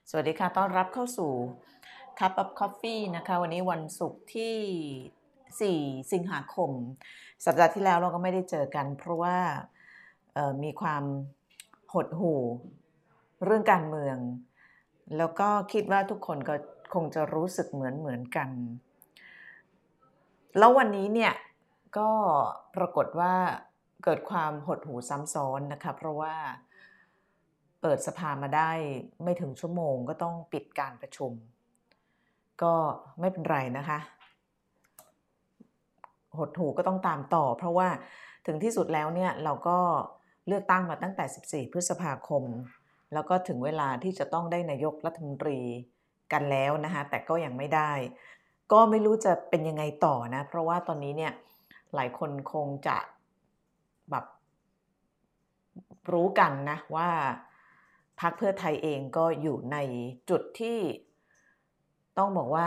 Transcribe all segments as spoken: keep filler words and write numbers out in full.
สวัสดีค่ะต้อนรับเข้าสู่ Cup of Coffee นะคะวันนี้วันศุกร์ที่สี่สิงหาคมสัปดาห์ที่แล้วเราก็ไม่ได้เจอกันเพราะว่ามีความหดหู่เรื่องการเมืองแล้วก็คิดว่าทุกคนก็คงจะรู้สึกเหมือนเหมือนกันแล้ววันนี้เนี่ยก็ปรากฏว่าเกิดความหดหู่ซ้ำซ้อนนะคะเพราะว่าเปิดสภามาได้ไม่ถึงชั่วโมงก็ต้องปิดการประชุมก็ไม่เป็นไรนะคะหดหู่ก็ต้องตามต่อเพราะว่าถึงที่สุดแล้วเนี่ยเราก็เลือกตั้งมาตั้งแต่สิบสี่พฤษภาคมแล้วก็ถึงเวลาที่จะต้องได้นายกรัฐมนตรีกันแล้วนะคะแต่ก็ยังไม่ได้ก็ไม่รู้จะเป็นยังไงต่อนะเพราะว่าตอนนี้เนี่ยหลายคนคงจะแบบรู้กันนะว่าพรรคเพื่อไทยเองก็อยู่ในจุดที่ต้องบอกว่า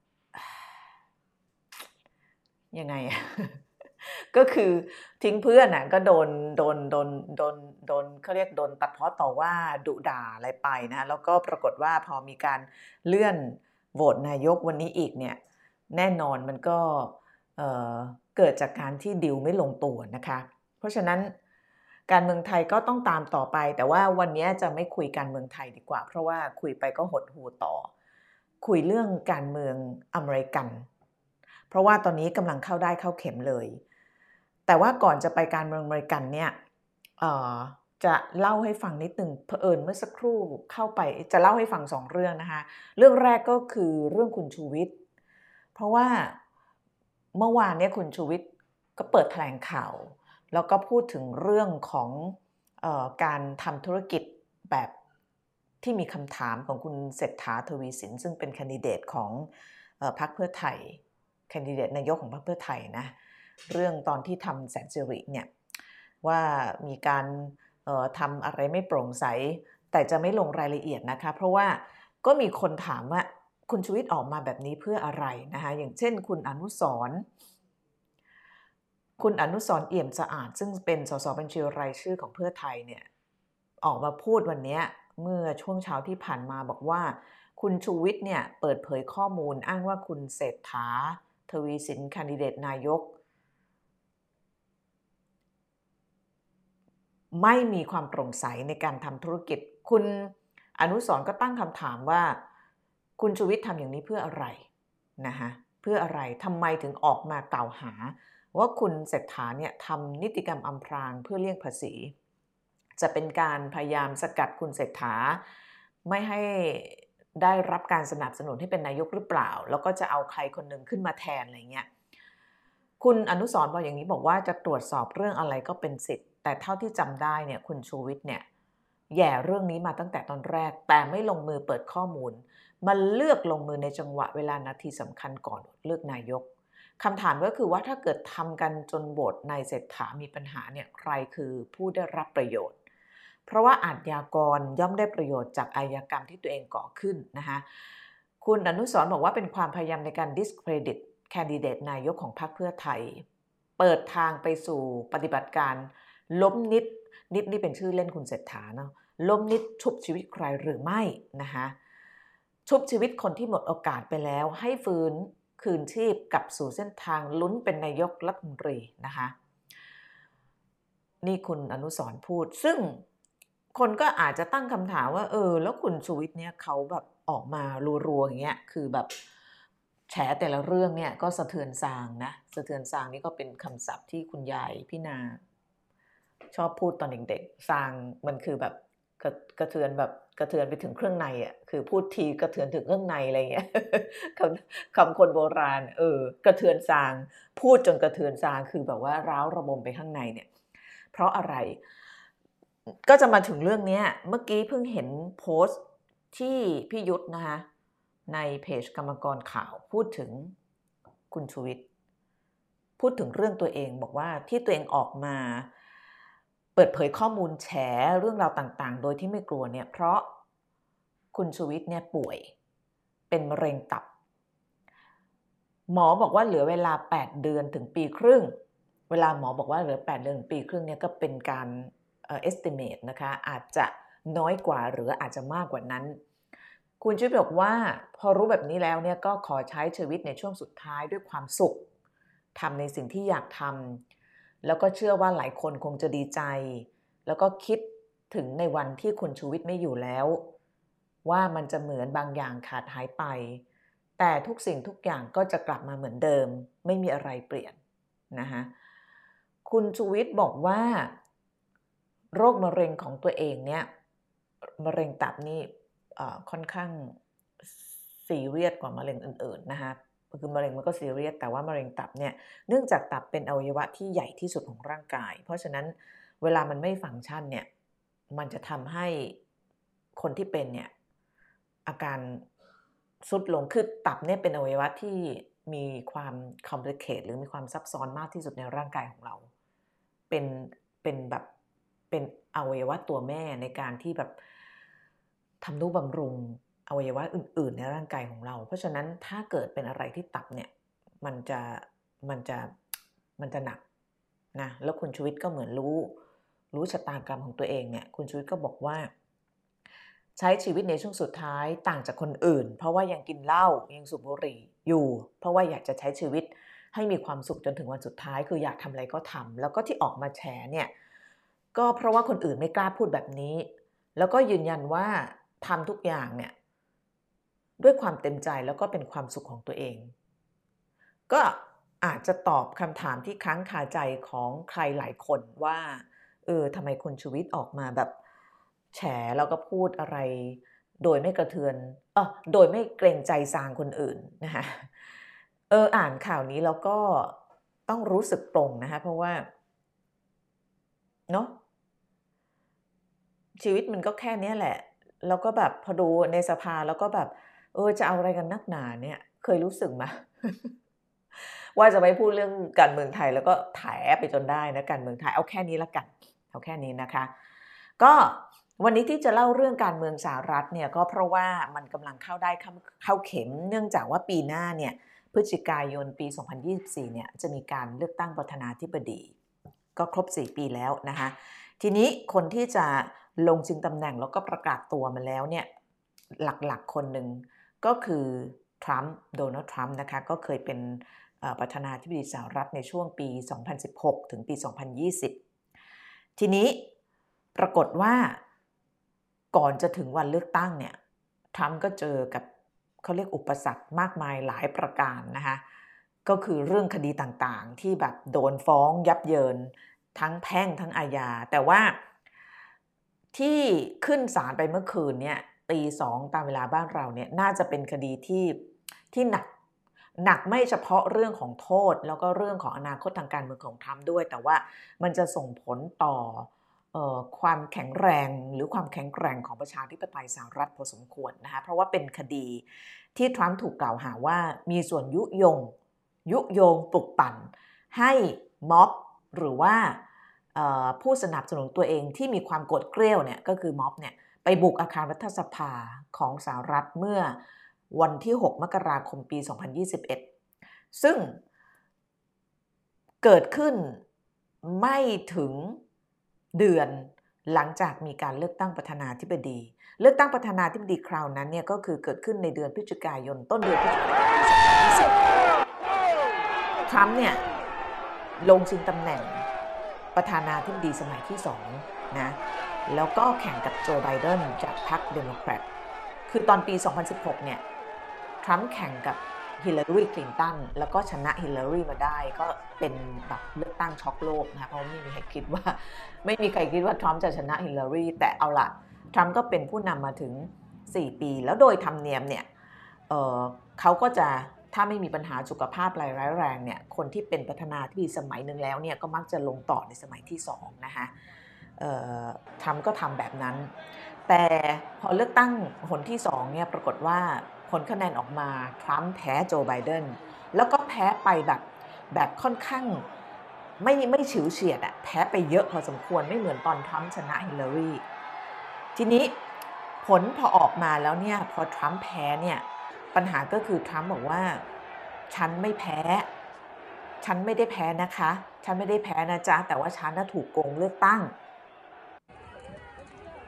ยังไง ก็คือทิ้งเพื่อนน่ะก็โดนโดนโดนโดนโดนเขาเรียกโดนตัดพ้อต่อว่าดุด่าอะไรไปนะแล้วก็ปรากฏว่าพอมีการเลื่อนโหวตนายกวันนี้อีกเนี่ยแน่นอนมันก็เอ่อเกิดจากการที่ดีลไม่ลงตัวนะคะเพราะฉะนั้นการเมืองไทยก็ต้องตามต่อไปแต่ว่าวันนี้จะไม่คุยการเมืองไทยดีกว่าเพราะว่าคุยไปก็หดหู่ต่อคุยเรื่องการเมืองอเมริกันเพราะว่าตอนนี้กำลังเข้าได้เข้าเข็มเลยแต่ว่าก่อนจะไปการเมืองอเมริกันเนี่ยจะเล่าให้ฟังนิดนึงเผอิญเมื่อสักครู่เข้าไปจะเล่าให้ฟังสองเรื่องนะคะเรื่องแรกก็คือเรื่องคุณชูวิทย์เพราะว่าเมื่อวานเนี่ยคุณชูวิทย์ก็เปิดแถลงข่าวแล้วก็พูดถึงเรื่องของเอ่อการทำธุรกิจแบบที่มีคำถามของคุณเศรษฐาทวีสินซึ่งเป็นแคนดิเดตของเอ่อพรรคเพื่อไทยแคนดิเดตนายกของพรรคเพื่อไทยนะเรื่องตอนที่ทำแสนสิริเนี่ยว่ามีการเอ่อทำอะไรไม่โปร่งใสแต่จะไม่ลงรายละเอียดนะคะเพราะว่าก็มีคนถามว่าคุณชูวิทย์ออกมาแบบนี้เพื่ออะไรนะคะอย่างเช่นคุณอนุสรณ์คุณอนุสรณ์เอี่ยมสะอาดซึ่งเป็นสสบัญชีรายชื่อของเพื่อไทยเนี่ยออกมาพูดวันนี้เมื่อช่วงเช้าที่ผ่านมาบอกว่าคุณชูวิทย์เนี่ยเปิดเผยข้อมูลอ้างว่าคุณเศรษฐาทวีสินแคนดิเดตนายกไม่มีความโปร่งใสในการทำธุรกิจคุณอนุสรณ์ก็ตั้งคำถามว่าคุณชูวิทย์ทำอย่างนี้เพื่ออะไรนะคะเพื่ออะไรทำไมถึงออกมากล่าวหาว่าคุณเศรษฐาเนี่ยทำนิติกรรมอำพรางเพื่อเลี่ยงภาษีจะเป็นการพยายามสกัดคุณเศรษฐาไม่ให้ได้รับการสนับสนุนให้เป็นนายกหรือเปล่าแล้วก็จะเอาใครคนหนึ่งขึ้นมาแทนอะไรเงี้ยคุณอนุสรณ์บอกอย่างนี้บอกว่าจะตรวจสอบเรื่องอะไรก็เป็นสิทธิ์แต่เท่าที่จำได้เนี่ยคุณชูวิทย์เนี่ยแย่เรื่องนี้มาตั้งแต่ตอนแรกแต่ไม่ลงมือเปิดข้อมูลมันเลือกลงมือในจังหวะเวลานาทีสำคัญก่อนเลือกนายกคำถามก็คือว่าถ้าเกิดทำกันจนโหวตนายเศรษฐามีปัญหาเนี่ยใครคือผู้ได้รับประโยชน์เพราะว่าอาชญากรย่อมได้ประโยชน์จากอาชญากรรมที่ตัวเองก่อขึ้นนะคะคุณอนุสรณ์บอกว่าเป็นความพยายามในการ discredit แคนดิเดตนายกของพรรคเพื่อไทยเปิดทางไปสู่ปฏิบัติการล้มนิดนิดนี่เป็นชื่อเล่นคุณเศรษฐาเนาะล้มนิดชุบชีวิตใครหรือไม่นะคะชุบชีวิตคนที่หมดโอกาสไปแล้วให้ฟื้นคืนชีพกลับสู่เส้นทางลุ้นเป็นนายกรัฐมนตรีนะคะนี่คุณอนุสรณ์พูดซึ่งคนก็อาจจะตั้งคำถามว่าเออแล้วคุณชูวิทย์เนี่ยเขาแบบออกมารัวๆอย่างเงี้ยคือแบบแฉแต่ละเรื่องเนี่ยก็สะเทือนซางนะสะเทือนซางนี่ก็เป็นคำศัพท์ที่คุณยายพี่นาชอบพูดตอนเด็กๆซางมันคือแบบกระกระเทือนแบบกระเทือนไปถึงเครื่องในอ่ะคือพูดทีกระเทือนถึงเครื่องในอะไรเงี้ย คำคำคนโบราณเออกระเทือนซางพูดจนกระเทือนซางคือแบบว่าร้าวระบมไปข้างในเนี่ยเพราะอะไรก็จะมาถึงเรื่องนี้เมื่อกี้เพิ่งเห็นโพสต์ที่พี่ยุทธนะคะในเพจกรรมกรข่าวพูดถึงคุณชูวิทย์พูดถึงเรื่องตัวเองบอกว่าที่ตัวเองออกมาเปิดเผยข้อมูลแฉเรื่องราวต่างๆโดยที่ไม่กลัวเนี่ยเพราะคุณชูวิทย์เนี่ยป่วยเป็นมะเร็งตับหมอบอกว่าเหลือเวลาแปดเดือนถึงปีครึ่งเวลาหมอบอกว่าเหลือแปดเดือนถึงปีครึ่งเนี่ยก็เป็นการเอ่อ estimate นะคะอาจจะน้อยกว่าหรืออาจจะมากกว่านั้นคุณชีวิตบอกว่าพอรู้แบบนี้แล้วเนี่ยก็ขอใช้ชีวิตในช่วงสุดท้ายด้วยความสุขทำในสิ่งที่อยากทำแล้วก็เชื่อว่าหลายคนคงจะดีใจแล้วก็คิดถึงในวันที่คุณชีวิตไม่อยู่แล้วว่ามันจะเหมือนบางอย่างขาดหายไปแต่ทุกสิ่งทุกอย่างก็จะกลับมาเหมือนเดิมไม่มีอะไรเปลี่ยนนะคะคุณชูวิทย์บอกว่าโรคมะเร็งของตัวเองเนี่ยมะเร็งตับนี่ค่อนข้างซีเรียสกว่ามะเร็งอื่นๆนะคะคือมะเร็งมันก็ซีเรียสแต่ว่ามะเร็งตับเนี่ยเนื่องจากตับเป็นอวัยวะที่ใหญ่ที่สุดของร่างกายเพราะฉะนั้นเวลามันไม่ฟังก์ชันเนี่ยมันจะทำให้คนที่เป็นเนี่ยอาการทรุดลงคือตับเนี่ยเป็นอวัยวะที่มีความคอมพลีเคทหรือมีความซับซ้อนมากที่สุดในร่างกายของเราเป็นเป็นแบบเป็นอวัยวะตัวแม่ในการที่แบบทำนุบำรุงอวัยวะอื่นๆในร่างกายของเราเพราะฉะนั้นถ้าเกิดเป็นอะไรที่ตับเนี่ยมันจะมันจะมันจะหนักนะแล้วคุณชูวิทย์ก็เหมือนรู้รู้ชะตากรรมของตัวเองเนี่ยคุณชูวิทย์ก็บอกว่าใช้ชีวิตในช่วงสุดท้ายต่างจากคนอื่นเพราะว่ายังกินเหล้ายังสูบบุหรี่อยู่เพราะว่าอยากจะใช้ชีวิตให้มีความสุขจนถึงวันสุดท้ายคืออยากทำอะไรก็ทำแล้วก็ที่ออกมาแฉเนี่ยก็เพราะว่าคนอื่นไม่กล้าพูดแบบนี้แล้วก็ยืนยันว่าทำทุกอย่างเนี่ยด้วยความเต็มใจแล้วก็เป็นความสุขของตัวเองก็อาจจะตอบคำถามที่ค้างคาใจของใครหลายคนว่าเออทำไมคุณชูวิทย์ออกมาแบบแฉแล้วก็พูดอะไรโดยไม่กระเทือนเออโดยไม่เกรงใจซางคนอื่นนะคะเอออ่านข่าวนี้แล้วก็ต้องรู้สึกตรงนะคะเพราะว่าเนาะชีวิตมันก็แค่นี้แหละแล้วก็แบบพอดูในสภาแล้วก็แบบเออจะเอาอะไรกันนักหนาเนี่ยเคยรู้สึกไหม ว่าจะไม่พูดเรื่องการเมืองไทยแล้วก็แถไปจนได้นะการเมืองไทยเอาแค่นี้ละกันเอาแค่นี้นะคะก็วันนี้ที่จะเล่าเรื่องการเมืองสหรัฐเนี่ยก็เพราะว่ามันกำลังเข้าได้เข้าเข็มเนื่องจากว่าปีหน้าเนี่ยพฤศจิกายนปีสองพันยี่สิบสี่เนี่ยจะมีการเลือกตั้งประธานาธิบดีก็ครบสี่ปีแล้วนะคะทีนี้คนที่จะลงชิงตำแหน่งแล้วก็ประกาศตัวมาแล้วเนี่ยหลักๆคนหนึ่งก็คือทรัมป์โดนัลด์ทรัมป์นะคะก็เคยเป็นประธานาธิบดีสหรัฐในช่วงปีสองพันสิบหกถึงปีสองพันยี่สิบทีนี้ปรากฏว่าก่อนจะถึงวันเลือกตั้งเนี่ยทรัมป์ก็เจอกับเขาเรียกอุปสรรคมากมายหลายประการนะคะก็คือเรื่องคดีต่างๆที่แบบโดนฟ้องยับเยินทั้งแพ่งทั้งอาญาแต่ว่าที่ขึ้นศาลไปเมื่อคืนเนี่ยตีสองตามเวลาบ้านเราเนี่ยน่าจะเป็นคดีที่ที่หนักหนักไม่เฉพาะเรื่องของโทษแล้วก็เรื่องของอนาคตทางการเมืองของทรัมป์ด้วยแต่ว่ามันจะส่งผลต่อเอ่อความแข็งแรงหรือความแข็งแกร่งของประชาธิปไตยสหรัฐพอสมควรนะคะเพราะว่าเป็นคดีที่ทรัมป์ถูกกล่าวหาว่ามีส่วนยุยงยุโยงปลุกปั่นให้ม็อบหรือว่าผู้สนับสนุนตัวเองที่มีความโกรธเกรี้ยวเนี่ยก็คือม็อบเนี่ยไปบุกอาคารรัฐสภาของสหรัฐเมื่อวันที่หกมกราคมปีสองพันยี่สิบเอ็ดซึ่งเกิดขึ้นไม่ถึงเดือนหลังจากมีการเลือกตั้งประธานาธิบดีเลือกตั้งประธานาธิบดีคราวนั้นเนี่ยก็คือเกิดขึ้นในเดือนพฤศจิกายนต้นเดือนพฤศจิกายนปีสองพันยี่สิบทรัมป์เนี่ยลงชิงตำแหน่งประธานาธิบดีสมัยที่สองนะแล้วก็แข่งกับโจไบเดนจากพรรคเดโมแครตคือตอนปีสองพันสิบหกเนี่ยทรัมป์แข่งกับฮิลลารีคลินตันแล้วก็ชนะฮิลลารีมาได้ก็เป็นแบบเลือกตั้งช็อกโลกนะคะเพราะไม่มีใครคิดว่าไม่มีใครคิดว่าทรัมป์จะชนะฮิลลารีแต่เอาล่ะทรัมป์ก็เป็นผู้นำมาถึงสี่ปีแล้วโดยธรรมเนียมเนี่ยเอ่อเขาก็จะถ้าไม่มีปัญหาสุขภาพอะไรร้ายแรงเนี่ยคนที่เป็นประธานาธิบดีสมัยหนึ่งแล้วเนี่ยก็มักจะลงต่อในสมัยที่สองนะคะทรัมป์ก็ทำแบบนั้นแต่พอเลือกตั้งหนที่สองเนี่ยปรากฏว่าผลคะแนนออกมาทรัมป์แพ้โจไบเดนแล้วก็แพ้ไปแบบแบบค่อนข้างไม่ไม่ฉิวเฉียดอะแพ้ไปเยอะพอสมควรไม่เหมือนตอนทรัมป์ชนะฮิลลารีทีนี้ผลพอออกมาแล้วเนี่ยพอทรัมป์แพ้เนี่ยปัญหาก็คือทรัมป์บอกว่าฉันไม่แพ้ฉันไม่ได้แพ้นะคะฉันไม่ได้แพ้นะจ๊ะแต่ว่าฉันน่ะถูกโกงเลือกตั้ง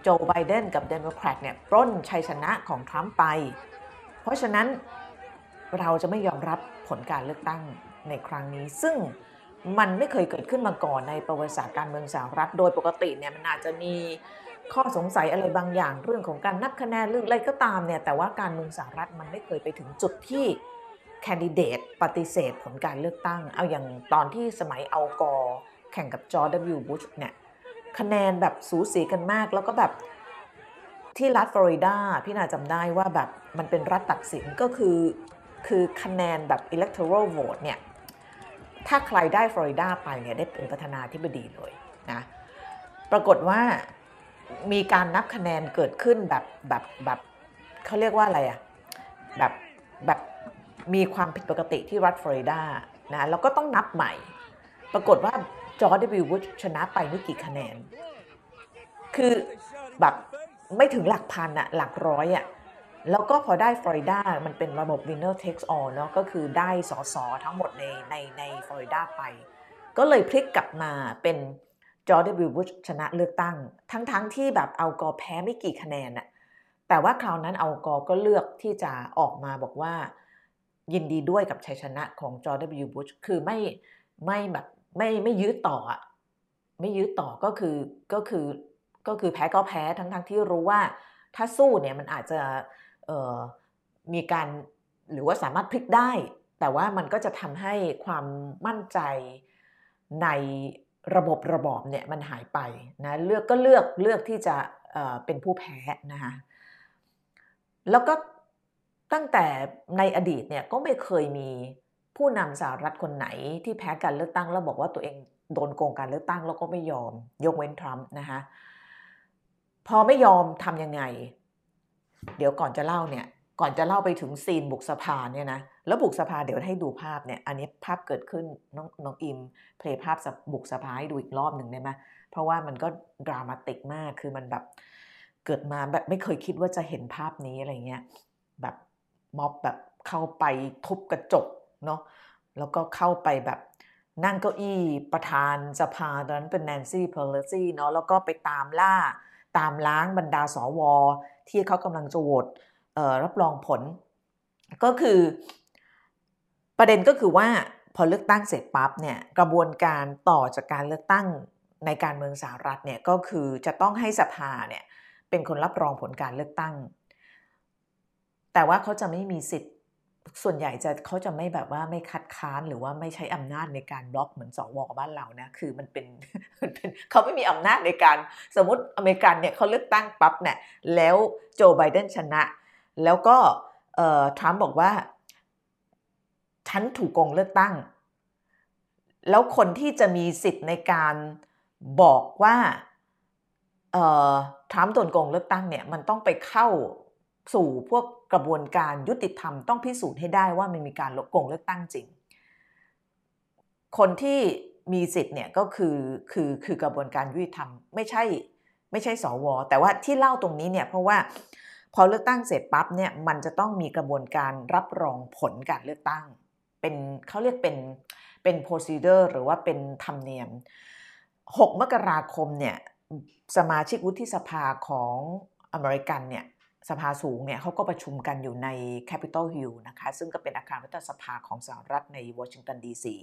โจไบเดนกับเดโมแครตเนี่ยปล้นชัยชนะของทรัมป์ไปเพราะฉะนั้นเราจะไม่ยอมรับผลการเลือกตั้งในครั้งนี้ซึ่งมันไม่เคยเกิดขึ้นมาก่อนในประวัติศาสตร์การเมืองสหรัฐโดยปกติเนี่ยมันอาจจะมีข้อสงสัยอะไรบางอย่างเรื่องของการนับคะแนนหรืออะไรก็ตามเนี่ยแต่ว่าการเมืองสหรัฐมันไม่เคยไปถึงจุดที่แคนดิเดตปฏิเสธผลการเลือกตั้งเอาอย่างตอนที่สมัยอัลกอร์แข่งกับจอร์จ ดับเบิลยู บุชเนี่ยคะแนนแบบสูสีกันมากแล้วก็แบบที่รัฐฟลอริดาพี่นาจำได้ว่าแบบมันเป็นรัฐตัดสินก็คือคือคะแนนแบบ electoral vote เนี่ยถ้าใครได้ฟลอริดาไปเนี่ยได้เป็นประธานาธิบดีเลยนะปรากฏว่ามีการนับคะแนนเกิดขึ้นแบบแบบแบบเขาเรียกว่าอะไรอะแบบแบบมีความผิดปกติที่รัฐฟลอริดานะแล้วก็ต้องนับใหม่ปรากฏว่าจอร์จ ดับเบิลยู บุชชนะไปไม่กี่คะแนนคือแบบไม่ถึงหลักพันอะหลักร้อยอะแล้วก็พอได้ฟลอริดามันเป็นระบบ winner takes all เนาะก็คือได้สสทั้งหมดในในในฟลอริดาไปก็เลยพลิกกลับมาเป็นจอร์จ ดับเบิลยู บุชชนะเลือกตั้งทั้งๆ ท, ที่แบบอัลกอร์แพ้ไม่กี่คะแนนอะแต่ว่าคราวนั้นอัลกอร์ก็เลือกที่จะออกมาบอกว่ายินดีด้วยกับชัยชนะของจอร์จ ดับเบิลยู บุชคือไม่ไม่แบบไม่ไม่ยื้อต่ออะไม่ยื้อต่อก็คือก็คือก็คือแพ้ก็แพ้ทั้งทั้งที่รู้ว่าถ้าสู้เนี่ยมันอาจจะเอ่อมีการหรือว่าสามารถพลิกได้แต่ว่ามันก็จะทำให้ความมั่นใจในระบบระบอบเนี่ยมันหายไปนะเลือกก็เลือกเลือกที่จะเอ่อเป็นผู้แพ้นะคะแล้วก็ตั้งแต่ในอดีตเนี่ยก็ไม่เคยมีผู้นำสหรัฐคนไหนที่แพ้การเลือกตั้งแล้วบอกว่าตัวเองโดนโกงการเลือกตั้งแล้วก็ไม่ยอมยกเว้นทรัมป์นะคะพอไม่ยอมทำยังไงเดี๋ยวก่อนจะเล่าเนี่ยก่อนจะเล่าไปถึงซีนบุกสภาเนี่ยนะแล้วบุกสภาเดี๋ยวให้ดูภาพเนี่ยอันนี้ภาพเกิดขึ้นน้องน้องอิมเพลย์ภาพบุกสภาให้ดูอีกรอบหนึ่งได้ไหมเพราะว่ามันก็ดรามาติกมากคือมันแบบเกิดมาแบบไม่เคยคิดว่าจะเห็นภาพนี้อะไรเงี้ยแบบม็อบแบบเข้าไปทุบกระจกเนาะแล้วก็เข้าไปแบบนั่งเก้าอี้ประธานสภาตอนนั้นเป็นแนนซี่เพโลซีเนาะแล้วก็ไปตามล่าตามล้างบรรดาสวที่เขากำลังจะโหวตรับรองผลก็คือประเด็นก็คือว่าพอเลือกตั้งเสร็จปั๊บเนี่ยกระบวนการต่อจากการเลือกตั้งในการเมืองสหรัฐเนี่ยก็คือจะต้องให้สภาเนี่ยเป็นคนรับรองผลการเลือกตั้งแต่ว่าเขาจะไม่มีสิทธิ์ส่วนใหญ่จะเขาจะไม่แบบว่าไม่คัดค้านหรือว่าไม่ใช้อำนาจในการบล็อกเหมือนสวบ้านเรานะคือมันเป็นมันเป็นเขาไม่มีอำนาจในการสมมติอเมริกันเนี่ยเขาเลือกตั้งปั๊บเนี่ยแล้วโจไบเดนชนะแล้วก็เอ่อทรัมป์บอกว่าฉันถูกโกงเลือกตั้งแล้วคนที่จะมีสิทธิ์ในการบอกว่าเอ่อทรัมป์โดนโกงเลือกตั้งเนี่ยมันต้องไปเข้าสู่พวกกระบวนการยุติธรรมต้องพิสูจน์ให้ได้ว่ามันมีการโกงเลือกตั้งจริงคนที่มีสิทธิ์เนี่ยก็คือคือคือกระบวนการยุติธรรมไม่ใช่ไม่ใช่สวแต่ว่าที่เล่าตรงนี้เนี่ยเพราะว่าพอเลือกตั้งเสร็จปั๊บเนี่ยมันจะต้องมีกระบวนการรับรองผลการเลือกตั้งเป็นเขาเรียกเป็นเป็น procedure หรือว่าเป็นธรรมเนียมหกมกราคมเนี่ยสมาชิกวุฒิสภาของอเมริกันเนี่ยสภาสูงเนี่ยเขาก็ประชุมกันอยู่ใน Capitol Hill นะคะซึ่งก็เป็นอาคารรัฐสภาของสหรัฐในวอชิงตันดีซี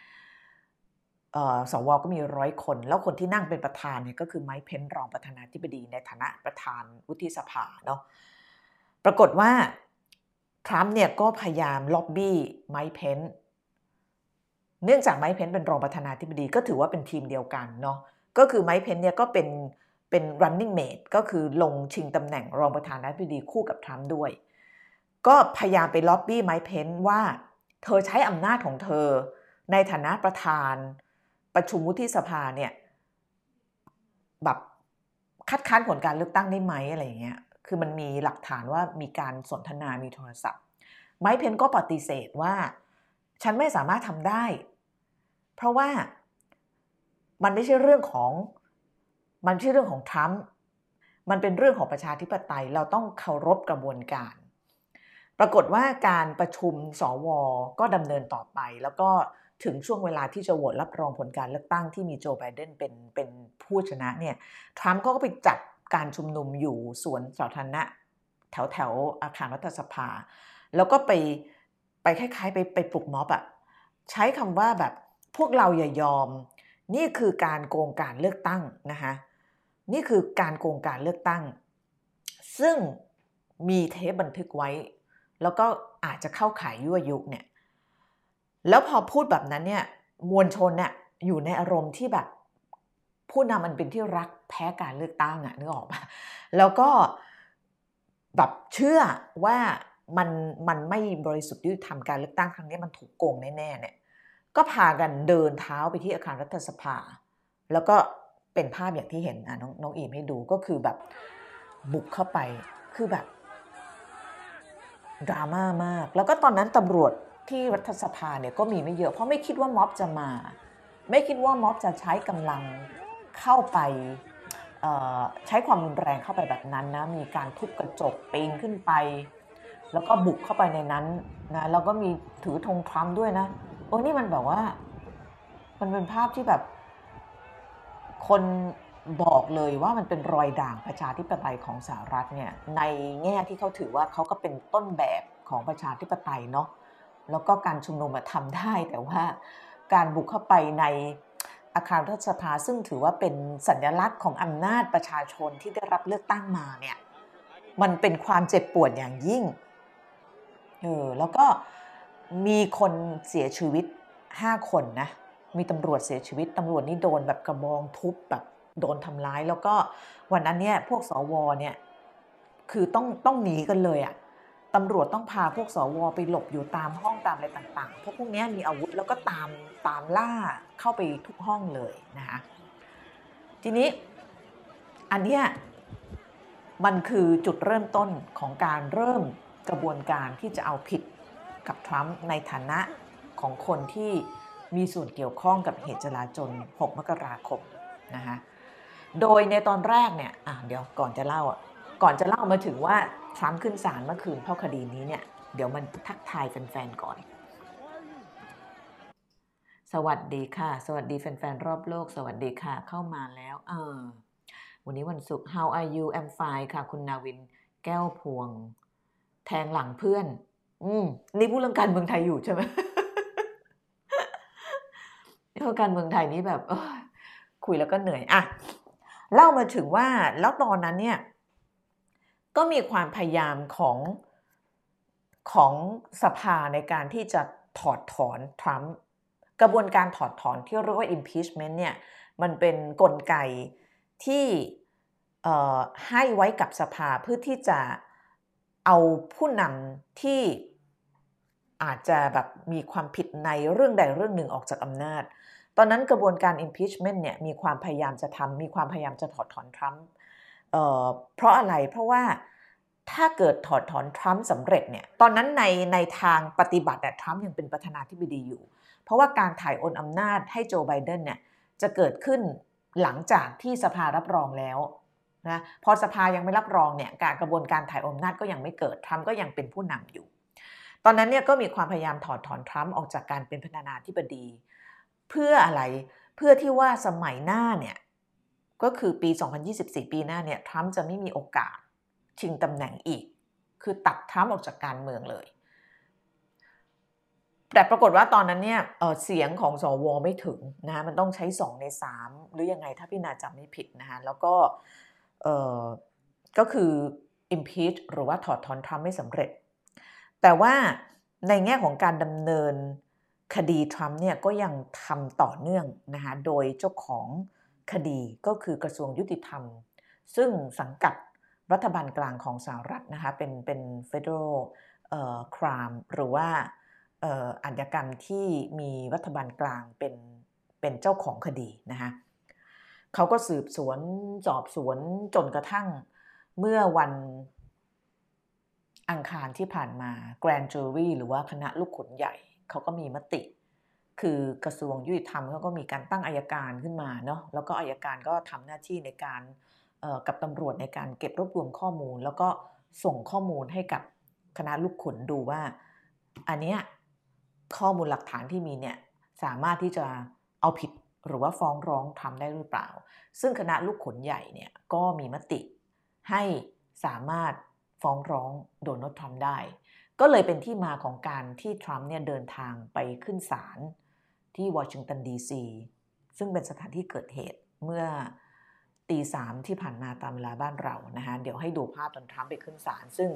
สวก็มีร้อยคนแล้วคนที่นั่งเป็นประธานเนี่ยก็คือไมค์เพนซ์รองประธานาธิบดีในฐานะประธานวุฒิสภาเนาะปรากฏว่าทรัมป์เนี่ยก็พยายามล็อบบี้ไมค์เพนซ์เนื่องจากไมค์เพนซ์เป็นรองประธานาธิบดีก็ถือว่าเป็นทีมเดียวกันเนาะก็คือไมค์เพนซ์เนี่ยก็เป็นเป็น running mate ก็คือลงชิงตำแหน่งรองประธานาธิบดีคู่กับทรัมป์ด้วยก็พยายามไปล็อบบี้ไมค์เพนซ์ว่าเธอใช้อำนาจของเธอในฐานะประธานประชุมวุฒิสภาเนี่ยแบบคัดค้านผลการเลือกตั้งได้ไหมอะไรอย่างเงี้ยคือมันมีหลักฐานว่ามีการสนทนามีโทรศัพท์ไมค์เพนซ์ก็ปฏิเสธว่าฉันไม่สามารถทำได้เพราะว่ามันไม่ใช่เรื่องของมันไม่ใช่เรื่องของทรัมป์มันเป็นเรื่องของประชาธิปไตยเราต้องเคารพกระบวนการปรากฏว่าการประชุมสวก็ดำเนินต่อไปแล้วก็ถึงช่วงเวลาที่จะโหวตรับรองผลการเลือกตั้งที่มีโจไบเดนเป็นเป็นผู้ชนะเนี่ยทรัมป์ก็ไปจัดการชุมนุมอยู่สวนสาธารณะแถวแถวอาคารรัฐสภาแล้วก็ไปไปคล้ายๆไปไปปลุกม็อบอะใช้คำว่าแบบพวกเราอย่ายอมนี่คือการโกงการเลือกตั้งนะคะนี่คือการโกงการเลือกตั้งซึ่งมีเทปบันทึกไว้แล้วก็อาจจะเข้าข่ายยั่วยุเนี่ยแล้วพอพูดแบบนั้นเนี่ยมวลชนเนี่ยอยู่ในอารมณ์ที่แบบผู้นำมันเป็นที่รักแพ้การเลือกตั้งอะนึกออกปะแล้วก็แบบเชื่อว่ามันมันไม่บริสุทธิ์ยุติธรรมการเลือกตั้งครั้งนี้มันถูกโกงแน่ๆเนี่ยก็พากันเดินเท้าไปที่อาคารรัฐสภาแล้วก็เป็นภาพอย่างที่เห็นอ่ะน้องน้องอีมให้ดูก็คือแบบบุกเข้าไปคือแบบดราม่ามากแล้วก็ตอนนั้นตำรวจที่รัฐสภาเนี่ยก็มีไม่เยอะเพราะไม่คิดว่าม็อบจะมาไม่คิดว่าม็อบจะใช้กำลังเข้าไปใช้ความรุนแรงเข้าไปแบบนั้นนะมีการทุบกระจกปีนขึ้นไปแล้วก็บุกเข้าไปในนั้นนะแล้วก็มีถือธงทรัมป์ด้วยนะโอ้นี่มันแบบว่ามันเป็นภาพที่แบบคนบอกเลยว่ามันเป็นรอยด่างประชาธิปไตยของสหรัฐเนี่ยในแง่ที่เขาถือว่าเขาก็เป็นต้นแบบของประชาธิปไตยเนาะแล้วก็การชุมนุมทำได้แต่ว่าการบุกเข้าไปในอาคารรัฐสภาซึ่งถือว่าเป็นสัญลักษณ์ของอำนาจประชาชนที่ได้รับเลือกตั้งมาเนี่ยมันเป็นความเจ็บปวดอย่างยิ่งเออแล้วก็มีคนเสียชีวิตห้าคนนะมีตำรวจเสียชีวิตตำรวจนี่โดนแบบกระบองทุบแบบโดนทำร้ายแล้วก็วันนั้นเนี่ยพวกสวเนี่ยคือต้องต้องหนีกันเลยอะตำรวจต้องพาพวกสวไปหลบอยู่ตามห้องตามอะไรต่างๆเพราะพวกนี้มีอาวุธแล้วก็ตามตามล่าเข้าไปทุกห้องเลยนะคะทีนี้อันเนี้ยมันคือจุดเริ่มต้นของการเริ่มกระบวนการที่จะเอาผิดกับทรัมป์ในฐานะของคนที่มีส่วนเกี่ยวข้องกับเหตุจลาจลหกมกราคมนะคะโดยในตอนแรกเนี่ยอ่ะเดี๋ยวก่อนจะเล่าอ่ะก่อนจะเล่ามาถึงว่าทรัมป์ขึ้นศาลเมื่อคืนเพราะคดีนี้เนี่ยเดี๋ยวมันทักทายแฟนๆก่อนสวัสดีค่ะสวัสดีแฟนๆรอบโลกสวัสดีค่ะเข้ามาแล้วเออวันนี้วันศุกร์ How are you I'm fine ค่ะคุณนาวินแก้วพวงแทงหลังเพื่อนอืมนี่พูดเรื่องการเมืองไทยอยู่ใช่ไหม เรื่องการเมืองไทยนี้แบบคุยแล้วก็เหนื่อยอะเล่ามาถึงว่าแล้วตอนนั้นเนี่ยก็มีความพยายามของของสภาในการที่จะถอดถอนทรัมป์กระบวนการถอดถอนที่เรียกว่า impeachment เนี่ยมันเป็นกลไกที่ให้ไว้กับสภาเพื่อที่จะเอาผู้นำที่อาจจะแบบมีความผิดในเรื่องใดเรื่องหนึ่งออกจากอำนาจตอนนั้นกระบวนการ impeachment เนี่ยมีความพยายามจะทำมีความพยายามจะถอดถอนทรัมป์เอ่อเพราะอะไรเพราะว่าถ้าเกิดถอดถอนทรัมป์สำเร็จเนี่ยตอนนั้นในในทางปฏิบัติทรัมป์ยังเป็นประธานาธิบดีอยู่เพราะว่าการถ่ายโอนอำนาจให้โจไบเดนเนี่ยจะเกิดขึ้นหลังจากที่สภารับรองแล้วนะพอสภายังไม่รับรองเนี่ยการกระบวนการถ่ายโอนอำนาจก็ยังไม่เกิดทรัมป์ก็ยังเป็นผู้นำอยู่ตอนนั้นเนี่ยก็มีความพยายามถอดถอนทรัมป์ออกจากการเป็นประธานาธิบดีเพื่ออะไรเพื่อที่ว่าสมัยหน้าเนี่ยก็คือปีสองพันยี่สิบสี่ปีหน้าเนี่ยทรัมป์จะไม่มีโอกาสชิงตำแหน่งอีกคือตัดทรัมป์ออกจากการเมืองเลยแต่ปรากฏว่าตอนนั้นเนี่ย เอ่อ เสียงของสวไม่ถึงนะมันต้องใช้สองในสามหรือยังไงถ้าพี่นาจำไม่ผิดนะคะแล้วก็เอ่อก็คือ impeach หรือว่าถอดถอนทรัมป์ไม่สำเร็จแต่ว่าในแง่ของการดำเนินคดีทรัมป์เนี่ยก็ยังทำต่อเนื่องนะคะโดยเจ้าของคดีก็คือกระทรวงยุติธรรมซึ่งสังกัดรัฐบาลกลางของสหรัฐนะคะเป็นเป็น Federal เอ่อ Crime หรือว่าเอ่ออาชญากรรมที่มีรัฐบาลกลางเป็นเป็นเจ้าของคดีนะคะเขาก็สืบสวนสอบสวนจนกระทั่งเมื่อวันอังคารที่ผ่านมา Grand Jury หรือว่าคณะลูกขุนใหญ่เขาก็มีมติคือกระทรวงยุติธรรมเขาก็มีการตั้งอัยการขึ้นมาเนาะแล้วก็อัยการก็ทำหน้าที่ในการเอ่อกับตำรวจในการเก็บรวบรวมข้อมูลแล้วก็ส่งข้อมูลให้กับคณะลูกขุนดูว่าอันเนี้ยข้อมูลหลักฐานที่มีเนี่ยสามารถที่จะเอาผิดหรือว่าฟ้องร้องทำได้หรือเปล่าซึ่งคณะลูกขุนใหญ่เนี่ยก็มีมติให้สามารถฟ้องร้องโดนัลด์ทรัมป์ได้ก็เลยเป็นที่มาของการที่ทรัมป์เนี่ยเดินทางไปขึ้นศาลที่วอชิงตันดีซีซึ่งเป็นสถานที่เกิดเหตุเมื่อตีสามที่ผ่านมาตามเวลาบ้านเรานะคะเดี๋ยวให้ดูภาพตอนทรัมป์ไปขึ้นศาลซึ่ง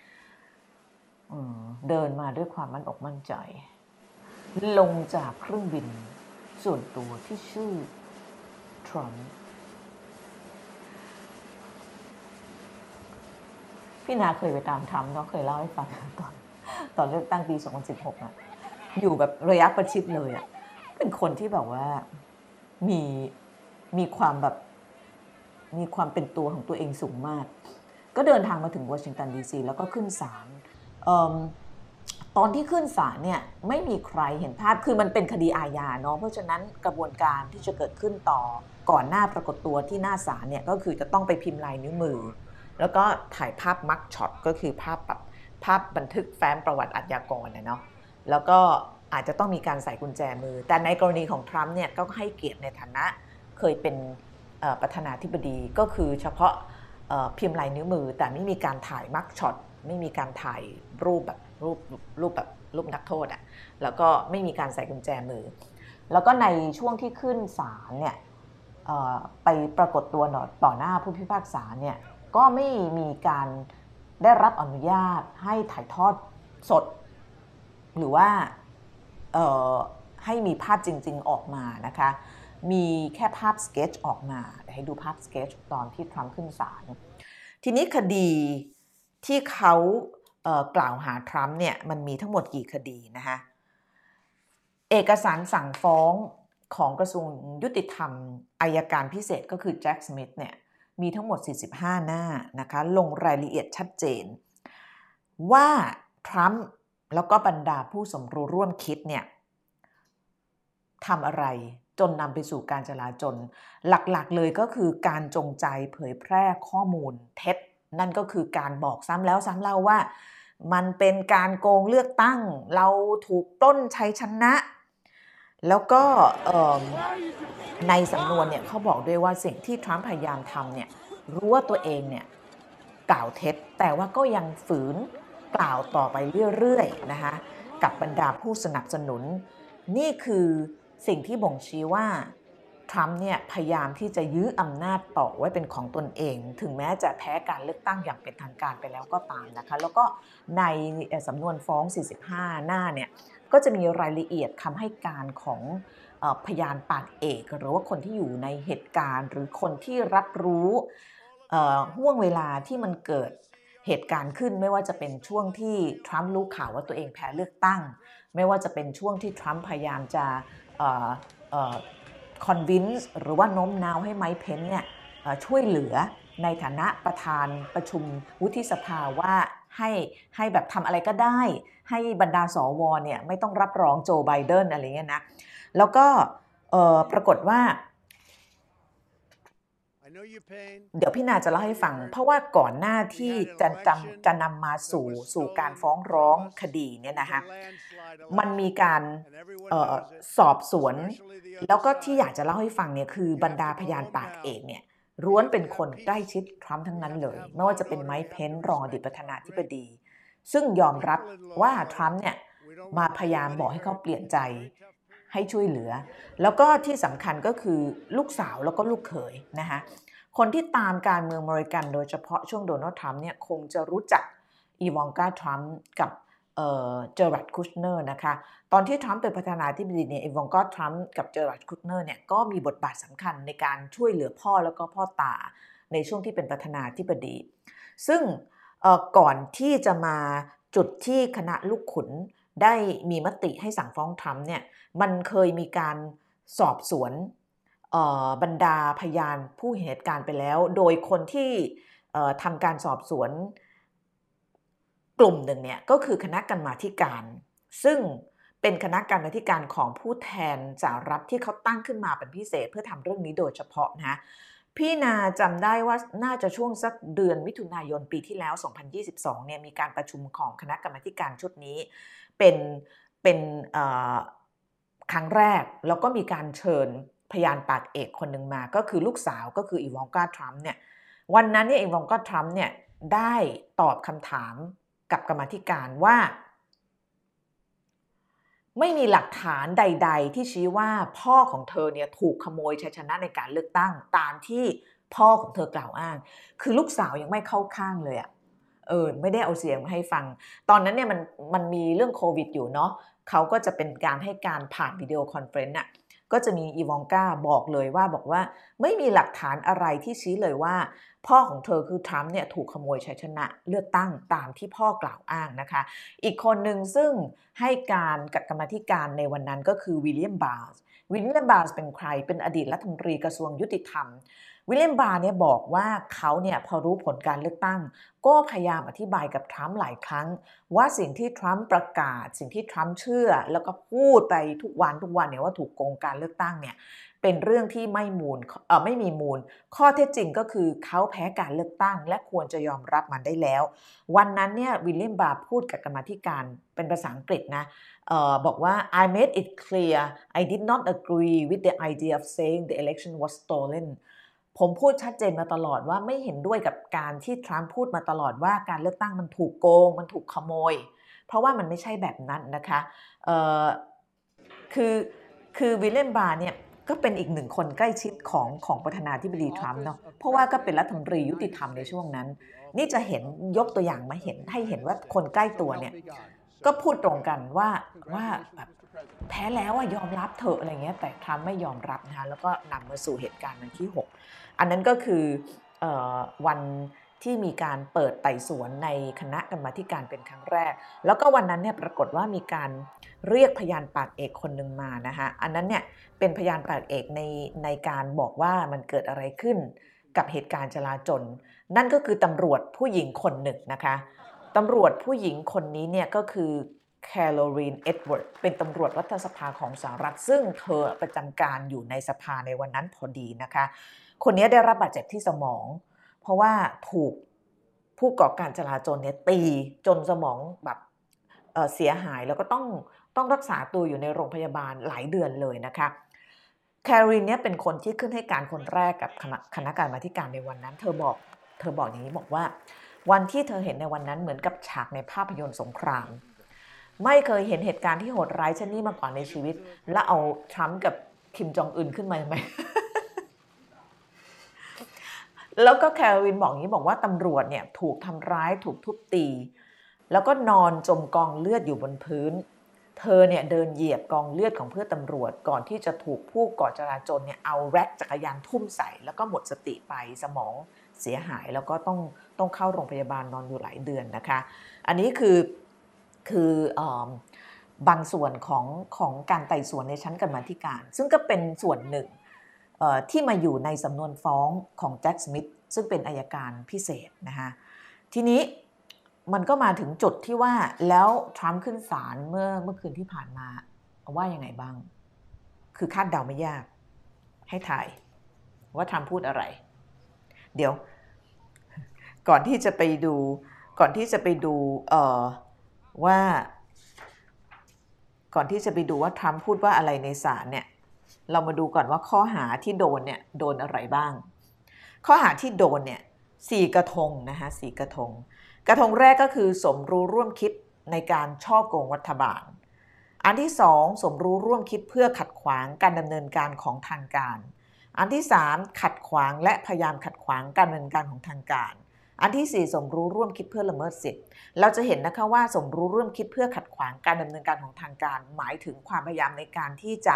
เดินมาด้วยความมั่นอกมั่นใจลงจากเครื่องบินส่วนตัวที่ชื่อทรัมป์พี่นาเคยไปตามทรัมป์ก็เคยเล่าให้ฟังตอนตอนเลือกตั้งปีสองพันสิบหกอ่ะอยู่แบบระยะประชิดเลยอ่ะเป็นคนที่แบบว่ามีมีความแบบมีความเป็นตัวของตัวเองสูงมากก็เดินทางมาถึงวอชิงตันดีซีแล้วก็ขึ้นศาลตอนที่ขึ้นศาลเนี่ยไม่มีใครเห็นภาพคือมันเป็นคดีอาญาเนาะเพราะฉะนั้นกระบวนการที่จะเกิดขึ้นต่อก่อนหน้าปรากฏตัวที่หน้าศาลเนี่ยก็คือจะต้องไปพิมพ์ลายนิ้วมือแล้วก็ถ่ายภาพมักช็อตก็คือภาพแบบภาพบันทึกแฟ้มประวัติอาชญากรนะเนาะแล้วก็อาจจะต้องมีการใส่กุญแจมือแต่ในกรณีของทรัมป์เนี่ยก็ให้เกียรติในฐานะเคยเป็นประธานาธิบดีก็คือเฉพาะพิมพ์ลายนิ้วมือแต่ไม่มีการถ่ายมักช็อตไม่มีการถ่ายรูปแบบรูปรูปแบบรูปนักโทษอ่ะแล้วก็ไม่มีการใส่กุญแจมือแล้วก็ในช่วงที่ขึ้นศาลเนี่ยไปปรากฏตัวต่อหน้าผู้พิพากษาเนี่ยก็ไม่มีการได้รับอนุญาตให้ถ่ายทอดสดหรือว่าให้มีภาพจริงๆออกมานะคะมีแค่ภาพสเก็ตช์ออกมาให้ดูภาพสเก็ตช์ตอนที่ทรัมป์ขึ้นศาลทีนี้คดีที่เขาเอ่อกล่าวหาทรัมป์เนี่ยมันมีทั้งหมดกี่คดีนะคะเอกสารสั่งฟ้องของกระทรวงยุติธรรมอัยการพิเศษก็คือแจ็คสมิธเนี่ยมีทั้งหมดสี่สิบห้าหน้านะคะลงรายละเอียดชัดเจนว่าทรัมป์แล้วก็บรรดาผู้สมรู้ร่วมคิดเนี่ยทำอะไรจนนำไปสู่การจลาจลหลักๆเลยก็คือการจงใจเผยแพร่ข้อมูลเท็จนั่นก็คือการบอกซ้ำแล้วซ้ำเล่าว่ามันเป็นการโกงเลือกตั้งเราถูกปล้นชัยชนะแล้วก็ในสำนวนเนี่ยเขาบอกด้วยว่าสิ่งที่ทรัมป์พยายามทำเนี่ยรู้ว่าตัวเองเนี่ยกล่าวเท็จแต่ว่าก็ยังฝืนกล่าวต่อไปเรื่อยๆนะคะกับบรรดาผู้สนับสนุนนี่คือสิ่งที่บ่งชี้ว่าทรัมป์เนี่ยพยายามที่จะยื้ออำนาจต่อไว้เป็นของตนเองถึงแม้จะแพ้การเลือกตั้งอย่างเป็นทางการไปแล้วก็ตามนะคะแล้วก็ในสำนวนฟ้องสี่สิบห้าหน้าเนี่ยก็จะมีรายละเอียดคำให้การของพยานปากเอกหรือว่าคนที่อยู่ในเหตุการณ์หรือคนที่รับรู้ห่วงเวลาที่มันเกิดเหตุการณ์ขึ้นไม่ว่าจะเป็นช่วงที่ทรัมป์รู้ข่าวว่าตัวเองแพ้เลือกตั้งไม่ว่าจะเป็นช่วงที่ทรัมป์พยายามจะคอนวินส์หรือว่าโน้มน้าวให้ไมค์เพนซ์เนี่ยช่วยเหลือในฐานะประธานประชุมวุฒิสภาว่าให้ให้แบบทำอะไรก็ได้ให้บรรดาสวเนี่ยไม่ต้องรับรองโจไบเดนอะไรเงี้ยนะแล้วก็ปรากฏว่าเดี๋ยวพี่นาจะเล่าให้ฟังเพราะว่าก่อนหน้าที่จะจำจะนำมาสู่สู่การฟ้องร้องคดีเนี่ยนะคะมันมีการเอ่อสอบสวนแล้วก็ที่อยากจะเล่าให้ฟังเนี่ยคือบรรดาพยานปากเอกเนี่ยล้วนเป็นคนใกล้ชิดทรัมป์ทั้งนั้นเลยไม่ว่าจะเป็นไมค์เพนซ์รองอดีตประธานาธิบดีซึ่งยอมรับว่าทรัมป์เนี่ยมาพยายามบอกให้เขาเปลี่ยนใจให้ช่วยเหลือแล้วก็ที่สำคัญก็คือลูกสาวแล้วก็ลูกเขยนะคะคนที่ตามการเมืองอเมริกันโดยเฉพาะช่วงโดนัลด์ทรัมป์เนี่ยคงจะรู้จักอีวานกาทรัมป์กับเอ่อเจอรัดคุชเนอร์นะคะตอนที่ทรัมป์เป็นประธานาธิบดีเนี่ยอีวานกาทรัมป์กับเจอรัดคุชเนอร์เนี่ยก็มีบทบาทสำคัญในการช่วยเหลือพ่อแล้วก็พ่อตาในช่วงที่เป็นประธานาธิบดีซึ่งเอ่อก่อนที่จะมาจุดที่คณะลูกขุนได้มีมติให้สั่งฟ้องทรัมป์เนี่ยมันเคยมีการสอบสวนบรรดาพยานผู้เห็นเหตุการณ์ไปแล้วโดยคนที่ทำการสอบสวนกลุ่มหนึ่งเนี่ยก็คือคณะกรรมาธิการซึ่งเป็นคณะกรรมาธิการของผู้แทนสหรัฐที่เขาตั้งขึ้นมาเป็นพิเศษเพื่อทำเรื่องนี้โดยเฉพาะนะพี่นาจำได้ว่าน่าจะช่วงสักเดือนมิถุนายนปีที่แล้วสองพันยี่สิบสองเนี่ยมีการประชุมของคณะกรรมาธิการชุดนี้เป็นเป็นครั้งแรกแล้วก็มีการเชิญพยานปากเอกคนหนึ่งมาก็คือลูกสาวก็คืออีวานกาทรัมป์เนี่ยวันนั้นเนี่ยอีวองกาทรัมป์เนี่ยได้ตอบคำถามกับกรรมาธิการว่าไม่มีหลักฐานใดๆที่ชี้ว่าพ่อของเธอเนี่ยถูกขโมยชัยชนะในการเลือกตั้งตามที่พ่อของเธอกล่าวอ้างคือลูกสาวยังไม่เข้าข้างเลยอะเออไม่ได้เอาเสียงมาให้ฟังตอนนั้นเนี่ยมันมันมีเรื่องโควิดอยู่เนาะเขาก็จะเป็นการให้การผ่านวิดีโอคอนเฟรนซ์น่ะก็จะมีอีวองกาบอกเลยว่าบอกว่าไม่มีหลักฐานอะไรที่ชี้เลยว่าพ่อของเธอคือทรัมป์เนี่ยถูกขโมยชัยชนะเลือกตั้งตามที่พ่อกล่าวอ้างนะคะอีกคนหนึ่งซึ่งให้การกับกรรมาธิการในวันนั้นก็คือวิลเลียมบาร์สวิลเลียมบาร์สเป็นใครเป็นอดีตรัฐมนตรีกระทรวงยุติธรรมวิลเลียมบาร์เนี่ยบอกว่าเขาเนี่ยพอรู้ผลการเลือกตั้งก็พยายามอธิบายกับทรัมป์หลายครั้งว่าสิ่งที่ทรัมป์ประกาศสิ่งที่ทรัมป์เชื่อแล้วก็พูดไปทุกวันทุกวันเนี่ยว่าถูกโกงการเลือกตั้งเนี่ยเป็นเรื่องที่ไม่มูลเอ่อไม่มีมูลข้อเท็จจริงก็คือเขาแพ้การเลือกตั้งและควรจะยอมรับมันได้แล้ววันนั้นเนี่ยวิลเลียมบาร์พูดกับกรรมาธิการเป็นภาษาอังกฤษนะเอ่อบอกว่า I made it clear I did not agree with the idea of saying the election was stolenผมพูดชัดเจนมาตลอดว่าไม่เห็นด้วยกับการที่ทรัมป์พูดมาตลอดว่าการเลือกตั้งมันถูกโกงมันถูกขโมยเพราะว่ามันไม่ใช่แบบนั้นนะคะเอ่อคือคือวิลเลียมบาร์เนี่ยก็เป็นอีกหนึ่งคนใกล้ชิดของของประธานาธิบดีทรัมป์เนาะเพราะว่าก็เป็นรัฐมนตรียุติธรรมในช่วงนั้นนี่จะเห็นยกตัวอย่างมาเห็นให้เห็นว่าคนใกล้ตัวเนี่ยก็พูดตรงกันว่าว่าแบบแพ้แล้วอะยอมรับเถอะอะไรเงี้ยแต่ทรัมป์ไม่ยอมรับนะคะแล้วก็นำมาสู่เหตุการณ์วันที่หกอันนั้นก็คือเอ่อวันที่มีการเปิดไต่สวนในคณะกรรมาธิการเป็นครั้งแรกแล้วก็วันนั้นเนี่ยปรากฏว่ามีการเรียกพยานปากเอกคนหนึ่งมานะคะอันนั้นเนี่ยเป็นพยานปากเอกในในการบอกว่ามันเกิดอะไรขึ้นกับเหตุการณ์จลาจลนั่นก็คือตำรวจผู้หญิงคนหนึ่งนะคะตำรวจผู้หญิงคนนี้เนี่ยก็คือแคโรลีน เอ็ดเวิร์ดเป็นตำรวจรัฐสภาของสหรัฐซึ่งเธอประจำการอยู่ในสภาในวันนั้นพอดีนะคะคนนี้ได้รับบาดเจ็บที่สมองเพราะว่าถูกผู้ก่อการจลาจลเนี่ยตีจนสมองแบบเอ่อเสียหายแล้วก็ต้องต้องรักษาตัวอยู่ในโรงพยาบาลหลายเดือนเลยนะคะแคโรลีนเนี่ยเป็นคนที่ขึ้นให้การคนแรกกับคณะคณะกรรมาธิการในวันนั้นเธอบอกเธอบอกอย่างนี้บอกว่าวันที่เธอเห็นในวันนั้นเหมือนกับฉากในภาพยนตร์สงครามไม่เคยเห็นเหตุการณ์ที่โหดร้ายเช่นนี้มาก่อนในชีวิตและเอาทรัมป์กับคิมจองอึนขึ้นมาไหม แล้วก็แคโรลีนบอกอย่างนี้บอกว่าตำรวจเนี่ยถูกทำร้ายถูกทุบตีแล้วก็นอนจมกองเลือดอยู่บนพื้นเธอเนี่ยเดินเหยียบกองเลือดของเพื่อนตำรวจก่อนที่จะถูกผู้ก่อจราจลเนี่ยเอาแร็คจักรยานทุ่มใส่แล้วก็หมดสติไปสมองเสียหายแล้วก็ต้องต้องเข้าโรงพยาบาลนอนอยู่หลายเดือนนะคะอันนี้คือคือบางส่วนของของการไต่สวนในชั้นกรรมาธิการซึ่งก็เป็นส่วนหนึ่งที่มาอยู่ในสำนวนฟ้องของแจ็คสมิธซึ่งเป็นอัยการพิเศษนะคะทีนี้มันก็มาถึงจุดที่ว่าแล้วทรัมป์ขึ้นศาลเมื่อเมื่อคืนที่ผ่านมาว่ายังไงบ้างคือคาดเดาไม่ยากให้ถ่ายว่าทรัมป์พูดอะไรเดี๋ยวก่อนที่จะไปดูก่อนที่จะไปดูเอ่อว่าก่อนที่จะไปดูว่าทรัมป์พูดว่าอะไรในศาลเนี่ยเรามาดูก่อนว่าข้อหาที่โดนเนี่ยโดนอะไรบ้างข้อหาที่โดนเนี่ยสี่กระทงนะคะสี่กระทงกระทงแรกก็คือสมรู้ร่วมคิดในการฉ้อโกงรัฐบาลอันที่สองสมรู้ร่วมคิดเพื่อขัดขวางการดำเนินการของทางการอันที่สามขัดขวางและพยายามขัดขวางการดำเนินการของทางการอันที่สี่สมรู้ร่วมคิดเพื่อละเมิดสิทธิ์เราจะเห็นนะคะว่าสมรู้ร่วมคิดเพื่อขัดขวางการดำเนินการของทางการหมายถึงความพยายามในการที่จะ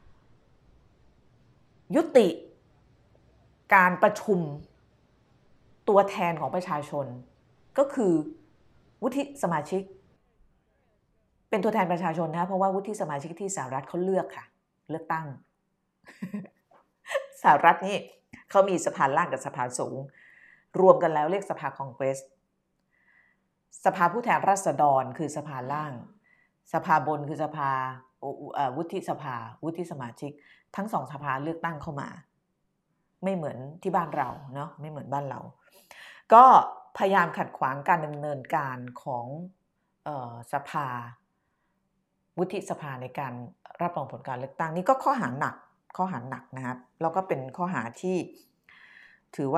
ยุติการประชุมตัวแทนของประชาชนก็คือวุฒิสมาชิกเป็นตัวแทนประชาชนนะเพราะว่าวุฒิสมาชิกที่สหรัฐเขาเลือกค่ะเลือกตั้ง สหรัฐนี่เขามีสภาล่างกับสภาสูงรวมกันแล้วเรียกสภาคองเกรสสภาผู้แทนราษฎรคือสภาล่างสภาบนคือสภาวุฒิสภาวุฒิสมาชิกทั้งสองสภาเลือกตั้งเข้ามาไม่เหมือนที่บ้านเราเนาะไม่เหมือนบ้านเราก็พยายามขัดขวางการดำเนินการของเอ่อสภาวุฒิสภาในการรับรองผลการเลือกตั้งนี่ก็ข้อหาหนักข้อหาหนักนะครับแล้วก็เป็นข้อหาที่ถือว่า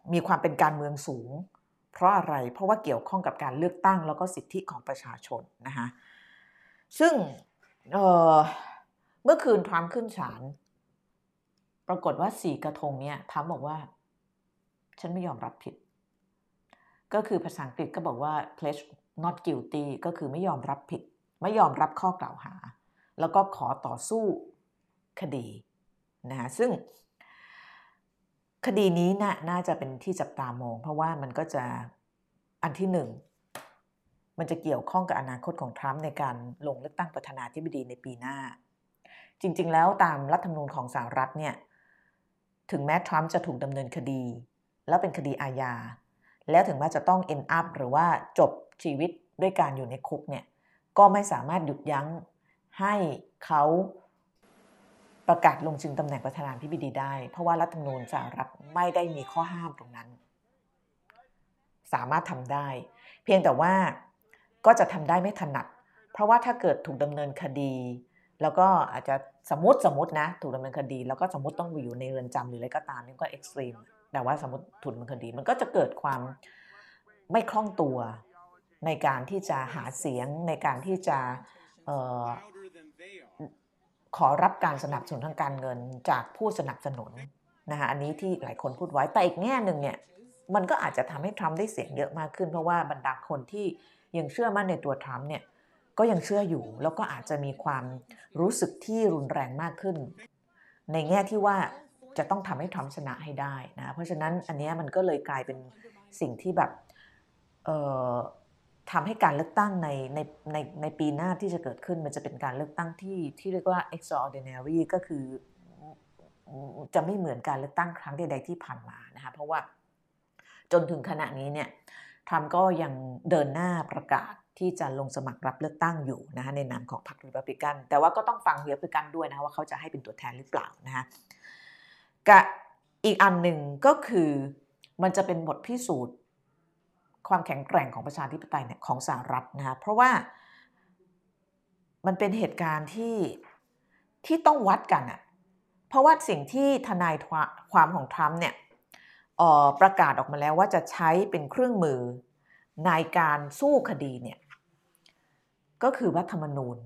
มีความเป็นการเมืองสูงเพราะอะไรเพราะว่าเกี่ยวข้องกับการเลือกตั้งแล้วก็สิทธิของประชาชนนะคะซึ่ง เ, เมื่อคืนทรัมป์ขึ้นศาลปรากฏว่าสี่กระทงเนี่ยทรัมป์บอกว่าฉันไม่ยอมรับผิดก็คือภาษาอังกฤษก็บอกว่า pledge not guilty ก็คือไม่ยอมรับผิดไม่ยอมรับข้อกล่าวหาแล้วก็ขอต่อสู้คดีนะคะซึ่งคดีนี้น่ะน่าจะเป็นที่จับตามองเพราะว่ามันก็จะอันที่หนึ่งมันจะเกี่ยวข้องกับอนาคตของทรัมป์ในการลงเลือกตั้งประธานาธิบดีในปีหน้าจริงๆแล้วตามรัฐธรรมนูญของสหรัฐเนี่ยถึงแม้ทรัมป์จะถูกดำเนินคดีแล้วเป็นคดีอาญาแล้วถึงแม้จะต้อง end up หรือว่าจบชีวิตด้วยการอยู่ในคุกเนี่ยก็ไม่สามารถหยุดยั้งให้เขาประกาศลงชิงตำแหน่งประธานาธิบดีได้เพราะว่ารัฐธรรมนูญสหรัฐไม่ได้มีข้อห้ามตรงนั้นสามารถทำได้เพียงแต่ว่าก็จะทำได้ไม่ถนัดเพราะว่าถ้าเกิดถูกดำเนินคดีแล้วก็อาจจะสมมติสมมตินะถูกดำเนินคดีแล้วก็สมมติต้องอยู่ในเรือนจำหรืออะไรก็ตามนี่ก็เอ็กซ์ตรีมแต่ว่าสมมติถูกดำเนินคดีมันก็จะเกิดความไม่คล่องตัวในการที่จะหาเสียงในการที่จะเอ่อขอรับการสนับสนุนทางการเงินจากผู้สนับสนุนนะคะอันนี้ที่หลายคนพูดไว้แต่อีกแง่หนึ่งเนี่ยมันก็อาจจะทำให้ทรัมป์ได้เสียงเยอะมากขึ้นเพราะว่าบรรดาคนที่ยังเชื่อมั่นในตัวทรัมป์เนี่ยก็ยังเชื่ออยู่แล้วก็อาจจะมีความรู้สึกที่รุนแรงมากขึ้นในแง่ที่ว่าจะต้องทำให้ทรัมป์ชนะให้ได้นะเพราะฉะนั้นอันนี้มันก็เลยกลายเป็นสิ่งที่แบบเอ่อทำให้การเลือกตั้งในในในในปีหน้าที่จะเกิดขึ้นมันจะเป็นการเลือกตั้งที่ที่เรียกว่า extraordinary ก็คือจะไม่เหมือนการเลือกตั้งครั้งใดๆที่ผ่านมานะคะเพราะว่าจนถึงขณะนี้เนี่ยทรัมป์ก็ยังเดินหน้าประกาศที่จะลงสมัครรับเลือกตั้งอยู่นะคะในนามของพรรครีพับลิกันแต่ว่าก็ต้องฟังรีพับลิกันด้วยนะว่าเขาจะให้เป็นตัวแทนหรือเปล่านะคะกับอีกอันหนึ่งก็คือมันจะเป็นบทพิสูจน์ความแข็งแกร่งของประชาธิปไตยเนี่ยของสหรัฐนะคะเพราะว่ามันเป็นเหตุการณ์ที่ที่ต้องวัดกันอ่ะเพราะว่าสิ่งที่ทนายความของทรัมป์เนี่ยประกาศออกมาแล้วว่าจะใช้เป็นเครื่องมือในการสู้คดีเนี่ยก็คือรัฐธรรมนูญ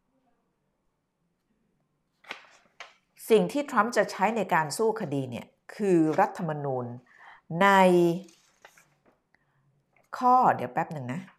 สิ่งที่ทรัมป์จะใช้ในการสู้คดีเนี่ยคือรัฐธรรมนูญในข้อเดี๋ยวแป๊บหนึ่งนะ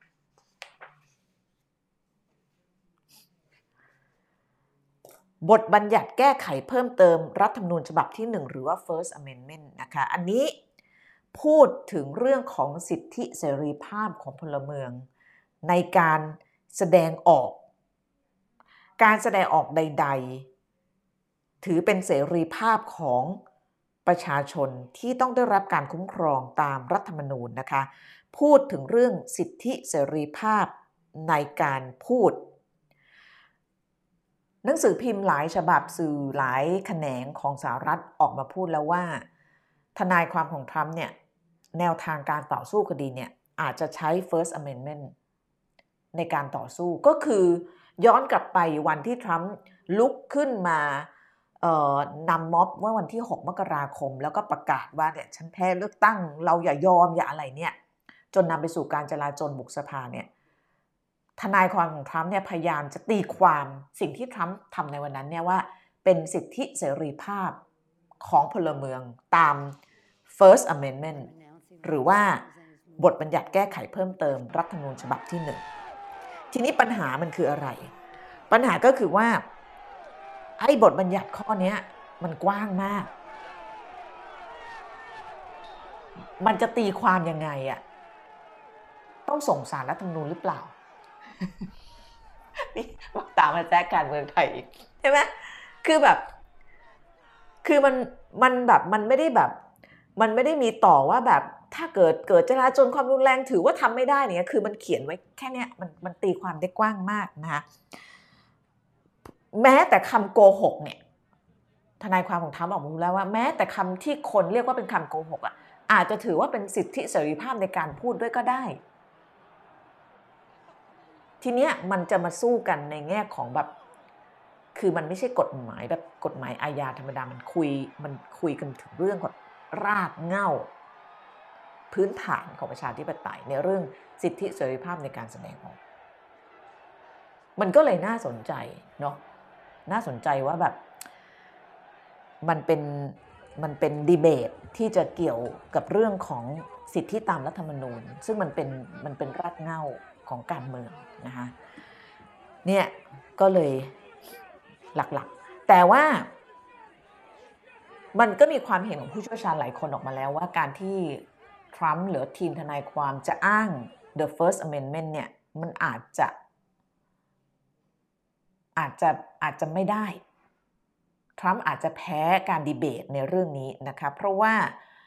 บทบัญญัติแก้ไขเพิ่มเติมรัฐธรรมนูญฉบับที่หนึ่งหรือว่า First Amendment นะคะอันนี้พูดถึงเรื่องของสิทธิเสรีภาพของพลเมืองในการแสดงออกการแสดงออกใดๆถือเป็นเสรีภาพของประชาชนที่ต้องได้รับการคุ้มครองตามรัฐธรรมนูญนะคะพูดถึงเรื่องสิทธิเสรีภาพในการพูดหนังสือพิมพ์หลายฉบับสื่อหลายแขนงของสหรัฐออกมาพูดแล้วว่าทนายความของทรัมป์เนี่ยแนวทางการต่อสู้คดีเนี่ยอาจจะใช้ First Amendment ในการต่อสู้ก็คือย้อนกลับไปวันที่ทรัมป์ลุกขึ้นมานำม็อบเมื่อวันที่หกมกราคมแล้วก็ประกาศว่าเนี่ยฉันแพ้เลือกตั้งเราอย่ายอมอย่าอะไรเนี่ยจนนำไปสู่การจลาจลบุกสภาเนี่ยทนายความของทรัมป์เนี่ยพยายามจะตีความสิ่งที่ทรัมป์ทำในวันนั้นเนี่ยว่าเป็นสิทธิเสรีภาพของพลเมืองตาม First Amendment หรือว่าบทบัญญัติแก้ไขเพิ่มเติมรัฐธรรมนูญฉบับที่หนึ่งทีนี้ปัญหามันคืออะไรปัญหาก็คือว่าไอ้บทบัญญัติข้อนี้มันกว้างมากมันจะตีความยังไงอะต้องส่งศาลรัฐธรรมนูญหรือเปล่านี่ตามมาแทรกการเมืองไทยอีกใช่ไหมคือแบบคือมันมันแบบมันไม่ได้แบบมันไม่ได้มีต่อว่าแบบถ้าเกิดเกิดจลาจลความรุนแรงถือว่าทำไม่ได้เนี่ยคือมันเขียนไว้แค่นี้มันมันตีความได้กว้างมากนะคะแม้แต่คำโกหกเนี่ยทนายความของทรัมป์บอกมาแล้วว่าแม้แต่คำที่คนเรียกว่าเป็นคำโกหกอ่ะอาจจะถือว่าเป็นสิทธิเสรีภาพในการพูดด้วยก็ได้ทีเนี้ยมันจะมาสู้กันในแง่ของแบบคือมันไม่ใช่กฎหมายแบบกฎหมายอาญาธรรมดามันคุยมันคุยกันถึงเรื่องแบบรากเหง้าพื้นฐานของประชาธิปไตยในเรื่องสิทธิเสรีภาพในการแสดงออกมันก็เลยน่าสนใจเนาะน่าสนใจว่าแบบมันเป็นมันเป็นดีเบตที่จะเกี่ยวกับเรื่องของสิทธิตามรัฐธรรมนูญซึ่งมันเป็นมันเป็นรากเหง้าของการเมืองนะคะเนี่ยก็เลยหลักๆแต่ว่ามันก็มีความเห็นของผู้เชี่ยวชาญหลายคนออกมาแล้วว่าการที่ทรัมป์หรือทีมทนายความจะอ้าง the first amendment เนี่ยมันอาจจะอาจจะอาจจะไม่ได้ทรัมป์อาจจะแพ้การดีเบตในเรื่องนี้นะคะเพราะว่า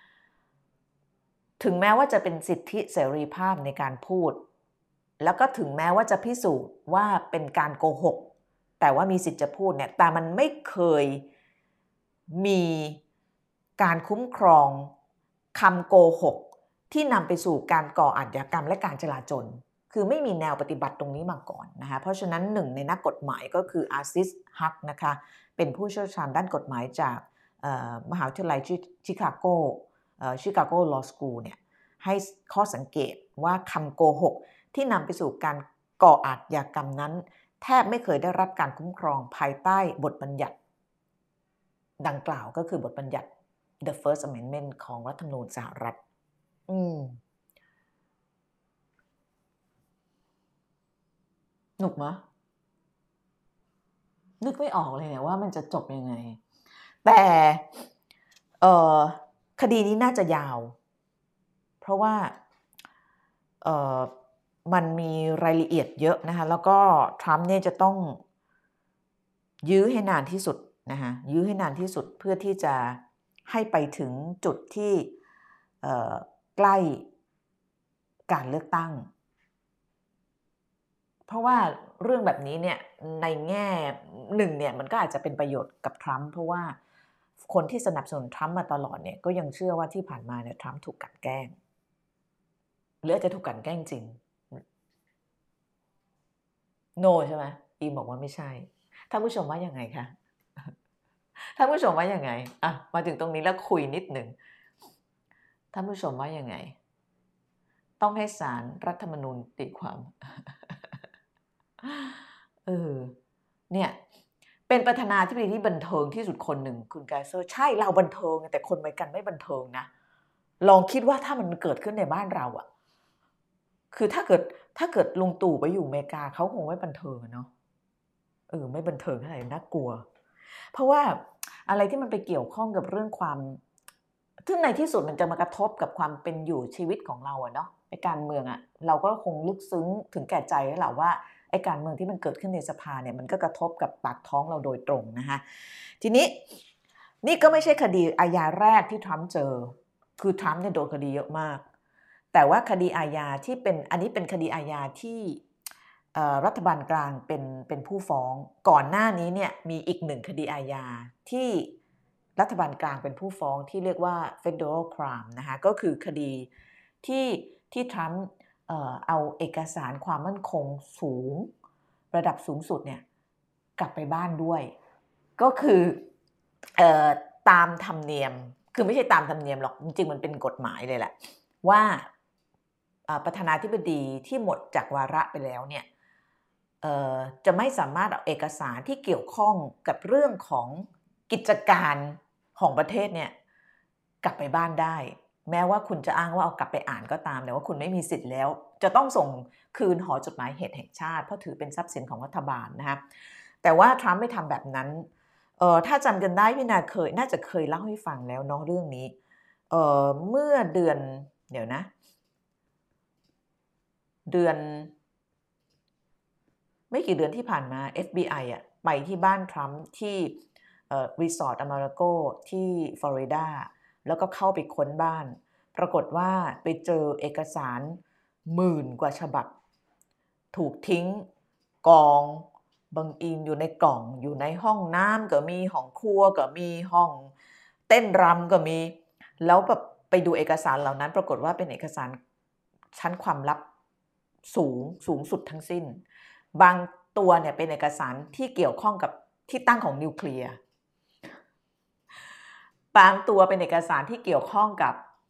ถึงแม้ว่าจะเป็นสิทธิเสรีภาพในการพูดแล้วก็ถึงแม้ว่าจะพิสูจน์ว่าเป็นการโกหกแต่ว่ามีสิทธิ์จะพูดเนี่ยแต่มันไม่เคยมีการคุ้มครองคำโกหกที่นำไปสู่การก่ออาชญากรรมและการจลาจลคือไม่มีแนวปฏิบัติตรงนี้มาก่อนนะคะเพราะฉะนั้นหนึ่งในนักกฎหมายก็คืออาซิสฮักนะคะเป็นผู้เชี่ยวชาญด้านกฎหมายจากมหาวิทยาลัยชิคาโกชิคาโกลอว์สคูลเนี่ยให้ข้อสังเกตว่าคำโกหกที่นำไปสู่การก่ออาชญากรรมนั้นแทบไม่เคยได้รับการคุ้มครองภายใต้บทบัญญัติดังกล่าวก็คือบทบัญญัติ The First Amendment ของรัฐธรรมนูญสหรัฐอืมหนุกมั้ยนึกไม่ออกเลยเนี่ยว่ามันจะจบยังไงแต่เอ่อคดีนี้น่าจะยาวเพราะว่าเอ่อมันมีรายละเอียดเยอะนะคะแล้วก็ทรัมป์เนี่ยจะต้องยื้อให้นานที่สุดนะคะยื้อให้นานที่สุดเพื่อที่จะให้ไปถึงจุดที่เอ่อใกล้การเลือกตั้งเพราะว่าเรื่องแบบนี้เนี่ยในแง่หนึ่งเนี่ยมันก็อาจจะเป็นประโยชน์กับทรัมป์เพราะว่าคนที่สนับสนุนทรัมป์มาตลอดเนี่ยก็ยังเชื่อว่าที่ผ่านมาเนี่ยทรัมป์ถูกกลั่นแกล้งหรืออาจจะถูกกลั่นแกล้งจริงโนใช่ไหมอีบอกว่าไม่ใช่ท่านผู้ชมว่ายังไงคะท่านผู้ชมว่ายังไงอ่ะมาถึงตรงนี้แล้วคุยนิดหนึ่งท่านผู้ชมว่ายังไงต้องให้ศาลรัฐธรรมนูญตีความเออเนี่ยเป็นประธานาธิบดีที่บันเทิงที่สุดคนหนึ่งคุณไกเซอร์ใช่เราบันเทิงแต่คนอเมริกันไม่บันเทิงนะลองคิดว่าถ้ามันเกิดขึ้นในบ้านเราอ่ะคือถ้าเกิดถ้าเกิดลุงตู่ไปอยู่อเมริกาเขาคงไม่บันเทิงเนาะเออไม่บันเทิงเท่าไหร่น่ากลัวเพราะว่าอะไรที่มันไปเกี่ยวข้องกับเรื่องความซึ่งในที่สุดมันจะมากระทบกับความเป็นอยู่ชีวิตของเราอะเนาะในการเมืองอะเราก็คงลึกซึ้งถึงแก่ใจแล้วแหละว่าไอ้การเมืองที่มันเกิดขึ้นในสภาเนี่ยมันก็กระทบกับปากท้องเราโดยตรงนะคะทีนี้นี่ก็ไม่ใช่คดีอาญาแรกที่ทรัมป์เจอคือทรัมป์เนี่ยโดนคดีเยอะมากแต่ว่าคดีอาญาที่เป็นอันนี้เป็นคดีอาญาที่รัฐบาลกลางเป็นเป็นผู้ฟ้องก่อนหน้านี้เนี่ยมีอีกหนึ่งคดีอาญาที่รัฐบาลกลางเป็นผู้ฟ้องที่เรียกว่า Federal Crime นะคะก็คือคดีที่ที่ทรัมป์เอ่อเอาเอกสารความมั่นคงสูงระดับสูงสุดเนี่ยกลับไปบ้านด้วยก็คือเอ่อตามธรรมเนียมคือไม่ใช่ตามธรรมเนียมหรอกจริงๆมันเป็นกฎหมายเลยแหละว่าประธานาธิบดีที่หมดจากวาระไปแล้วเนี่ยจะไม่สามารถเอาเอกสารที่เกี่ยวข้องกับเรื่องของกิจการของประเทศเนี่ยกลับไปบ้านได้แม้ว่าคุณจะอ้างว่าเอากลับไปอ่านก็ตามแต่ว่าคุณไม่มีสิทธิ์แล้วจะต้องส่งคืนหอจดหมายเหตุแห่งชาติเพราะถือเป็นทรัพย์สินของรัฐบาลนะคะแต่ว่าทรัมป์ไม่ทำแบบนั้นเอ่อถ้าจำกันได้พี่นาเคยน่าจะเคยเล่าให้ฟังแล้วเนาะเรื่องนี้เอ่อเมื่อเดือนเดี๋ยวนะเดือนไม่กี่เดือนที่ผ่านมา เอฟ บี ไอ อ่ะไปที่บ้านทรัมป์ที่เอ่อรีสอร์ทอมาราโกที่ฟลอริดาแล้วก็เข้าไปค้นบ้านปรากฏว่าไปเจอเอกสารหมื่นกว่าฉบับถูกทิ้งกองบังอิงอยู่ในกล่องอยู่ในห้องน้ำก็มีห้องครัวก็มีห้องเต้นรำก็มีแล้วแบบไปดูเอกสารเหล่านั้นปรากฏว่าเป็นเอกสารชั้นความลับสูงสูงสุดทั้งสิ้นบางตัวเนี่ยเป็นเอกสารที่เกี่ยวข้องกับที่ตั้งของนิวเคลียร์บางตัวเป็นเอกสารที่เกี่ยวข้องกับ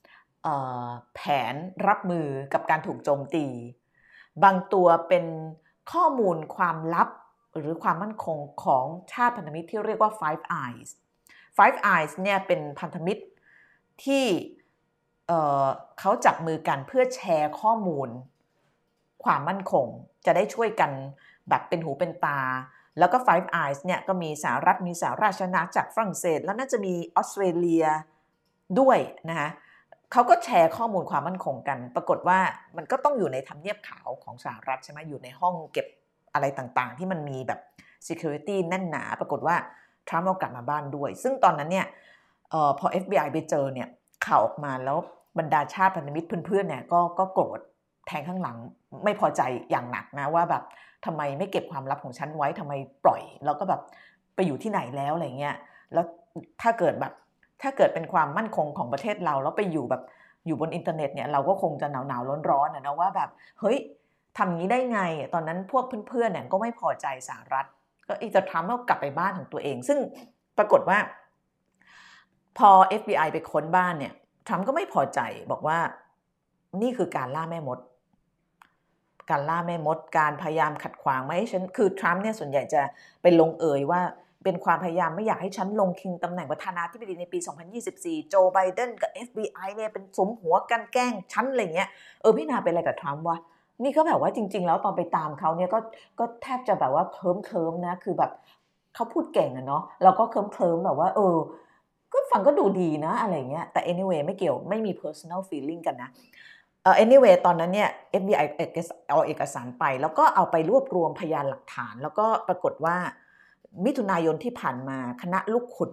แผนรับมือกับการถูกโจมตีบางตัวเป็นข้อมูลความลับหรือความมั่นคงของชาติพันธมิตรที่เรียกว่า Five Eyes Five Eyes เนี่ยเป็นพันธมิตรที่เอ่อเขาจับมือกันเพื่อแชร์ข้อมูลความมั่นคงจะได้ช่วยกันแบบเป็นหูเป็นตาแล้วก็ Five Eyes เนี่ยก็มีสหรัฐมีสหราชอาณาจักรฝรั่งเศสแล้วน่าจะมีออสเตรเลียด้วยนะคะเขาก็แชร์ข้อมูลความมั่นคงกันปรากฏว่ามันก็ต้องอยู่ในทำเนียบขาวของสหรัฐใช่ไหมอยู่ในห้องเก็บอะไรต่างๆที่มันมีแบบ security แน่นหนาปรากฏว่าทรัมป์เอากลับมาบ้านด้วยซึ่งตอนนั้นเนี่ยเอ่อพอ เอฟ บี ไอ ไปเจอเนี่ยข่าวออกมาแล้วบรรดาชาติพันธมิตรเพื่อนๆเนี่ยก็ก็โกรธแทงข้างหลังไม่พอใจอย่างหนักนะว่าแบบทำไมไม่เก็บความลับของฉันไว้ทำไมปล่อยแล้วก็แบบไปอยู่ที่ไหนแล้วอะไรเงี้ยแล้วถ้าเกิดแบบถ้าเกิดเป็นความมั่นคงของประเทศเราแล้วไปอยู่แบบอยู่บนอินเทอร์เน็ตเนี่ยเราก็คงจะหนาวหนาวร้อนๆนะว่าแบบเฮ้ยทำงี้ได้ไงตอนนั้นพวกเพื่อนๆเนี่ยก็ไม่พอใจสหรัฐก็อีจะทรัมป์ก็กลับไปบ้านของตัวเองซึ่งปรากฏว่าพอ เอฟ บี ไอ ไปค้นบ้านเนี่ยทรัมป์ก็ไม่พอใจบอกว่านี่คือการล่าแม่มดการล่าแม่มดการพยายามขัดขวางไม่ให้ฉันคือทรัมป์เนี่ยส่วนใหญ่จะไปลงเอยว่าเป็นความพยายามไม่อยากให้ฉันลงชิงตำแหน่งประธานาธิบดีในปีสองพันยี่สิบสี่โจไบเดนกับ เอฟ บี ไอ เนี่ยเป็นสมหัวกันแกล้งฉันอะไรเงี้ยเออพี่นาเป็นอะไรกับทรัมป์วะนี่ก็แบบว่าจริงๆแล้วตอนไปตามเขาเนี่ยก็ก็แทบจะแบบว่าเคลิ้มเคลิ้มนะคือแบบเขาพูดเก่งอะเนาะเราก็เคลิ้มเคลิ้มแบบว่าเออก็ฟังก็ดูดีนะอะไรเงี้ยแต่ anyway ไม่เกี่ยวไม่มี personal feeling กันนะเอ่อ anyway ตอนนั้นเนี่ย เอฟ บี ไอ เอาเอกสารไปแล้วก็เอาไปรวบรวมพยานหลักฐานแล้วก็ปรากฏว่ามิถุนายนที่ผ่านมาคณะลูกขุน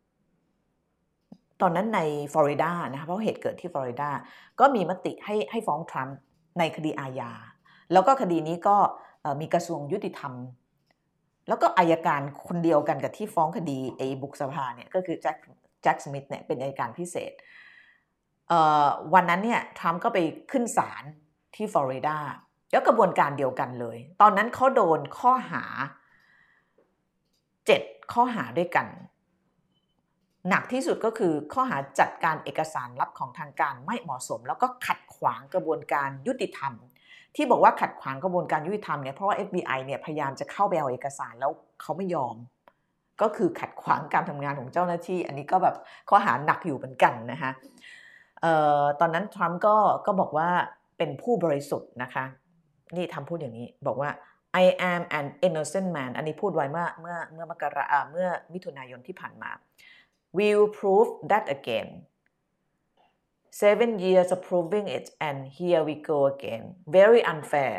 ตอนนั้นในฟลอริดานะคะเพราะเหตุเกิดที่ฟลอริดาก็มีมติให้ให้ฟ้องทรัมป์ในคดีอาญาแล้วก็คดีนี้ก็มีกระทรวงยุติธรรมแล้วก็อัยการคนเดียวกันกับที่ฟ้องคดีไอ้บุกสภาเนี่ยก็คือแจ็คแจ็คสมิธเนี่ยเป็นอัยการพิเศษวันนั้นเนี่ยทรัมป์ก็ไปขึ้นศาลที่ฟลอริดาแล้วกระบวนการเดียวกันเลยตอนนั้นเขาโดนข้อหาเจ็ดข้อหาด้วยกันหนักที่สุดก็คือข้อหาจัดการเอกสารลับของทางการไม่เหมาะสมแล้วก็ขัดขวางกระบวนการยุติธรรมที่บอกว่าขัดขวางกระบวนการยุติธรรมเนี่ยเพราะว่า เอฟ บี ไอ เนี่ยพยายามจะเข้าไปเอาเอกสารแล้วเขาไม่ยอมก็คือขัดขวางการทำงานของเจ้าหน้าที่อันนี้ก็แบบข้อหาหนักอยู่เหมือนกันนะคะเอ่อตอนนั้นทรัมป์ก็ก็บอกว่าเป็นผู้บริสุทธิ์นะคะนี่ทำพูดอย่างนี้บอกว่า I am an innocent man อันนี้พูดไว้เมื่อเมื่อเมื่อมกราเมื่อมิถุนายนที่ผ่านมา We'll prove that again seven years of proving it and here we go again very unfair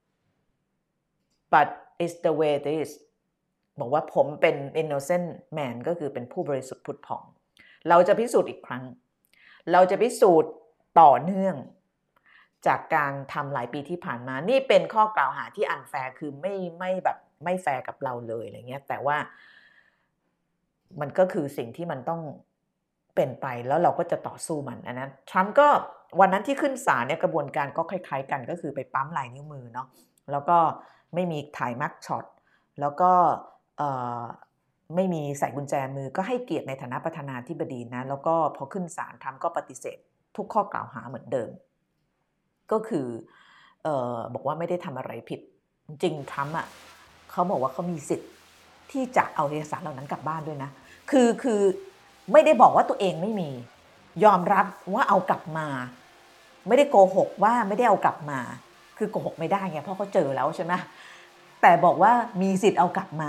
but it's the way it is บอกว่าผมเป็น innocent man ก็คือเป็นผู้บริสุทธิ์ผุดผ่องเราจะพิสูจน์อีกครั้งเราจะพิสูจน์ต่อเนื่องจากการทำหลายปีที่ผ่านมานี่เป็นข้อกล่าวหาที่ unfair คือไม่ไม่แบบไม่แฟร์กับเราเลยอะไรเงี้ยแต่ว่ามันก็คือสิ่งที่มันต้องเป็นไปแล้วเราก็จะต่อสู้มันอันนั้นทรัมป์ก็วันนั้นที่ขึ้นศาลเนี่ยกระบวนการก็คล้ายๆกันก็คือไปปั๊มลายนิ้วมือเนาะแล้วก็ไม่มีถ่ายมักช็อตแล้วก็ไม่มีใส่กุญแจมือก็ให้เกียรติในฐานะประธานาธิบดีนะแล้วก็พอขึ้นศาลทรัมป์ก็ปฏิเสธทุกข้อกล่าวหาเหมือนเดิมก็คือเอ่อบอกว่าไม่ได้ทำอะไรผิดจริงทรัมป์อ่ะเขาบอกว่าเขามีสิทธิ์ที่จะเอาเอกสารเหล่านั้นกลับบ้านด้วยนะคือคือไม่ได้บอกว่าตัวเองไม่มียอมรับว่าเอากลับมาไม่ได้โกหกว่าไม่ได้เอากลับมาคือโกหกไม่ได้ไงเพราะเขาเจอแล้วใช่ไหมแต่บอกว่ามีสิทธิ์เอากลับมา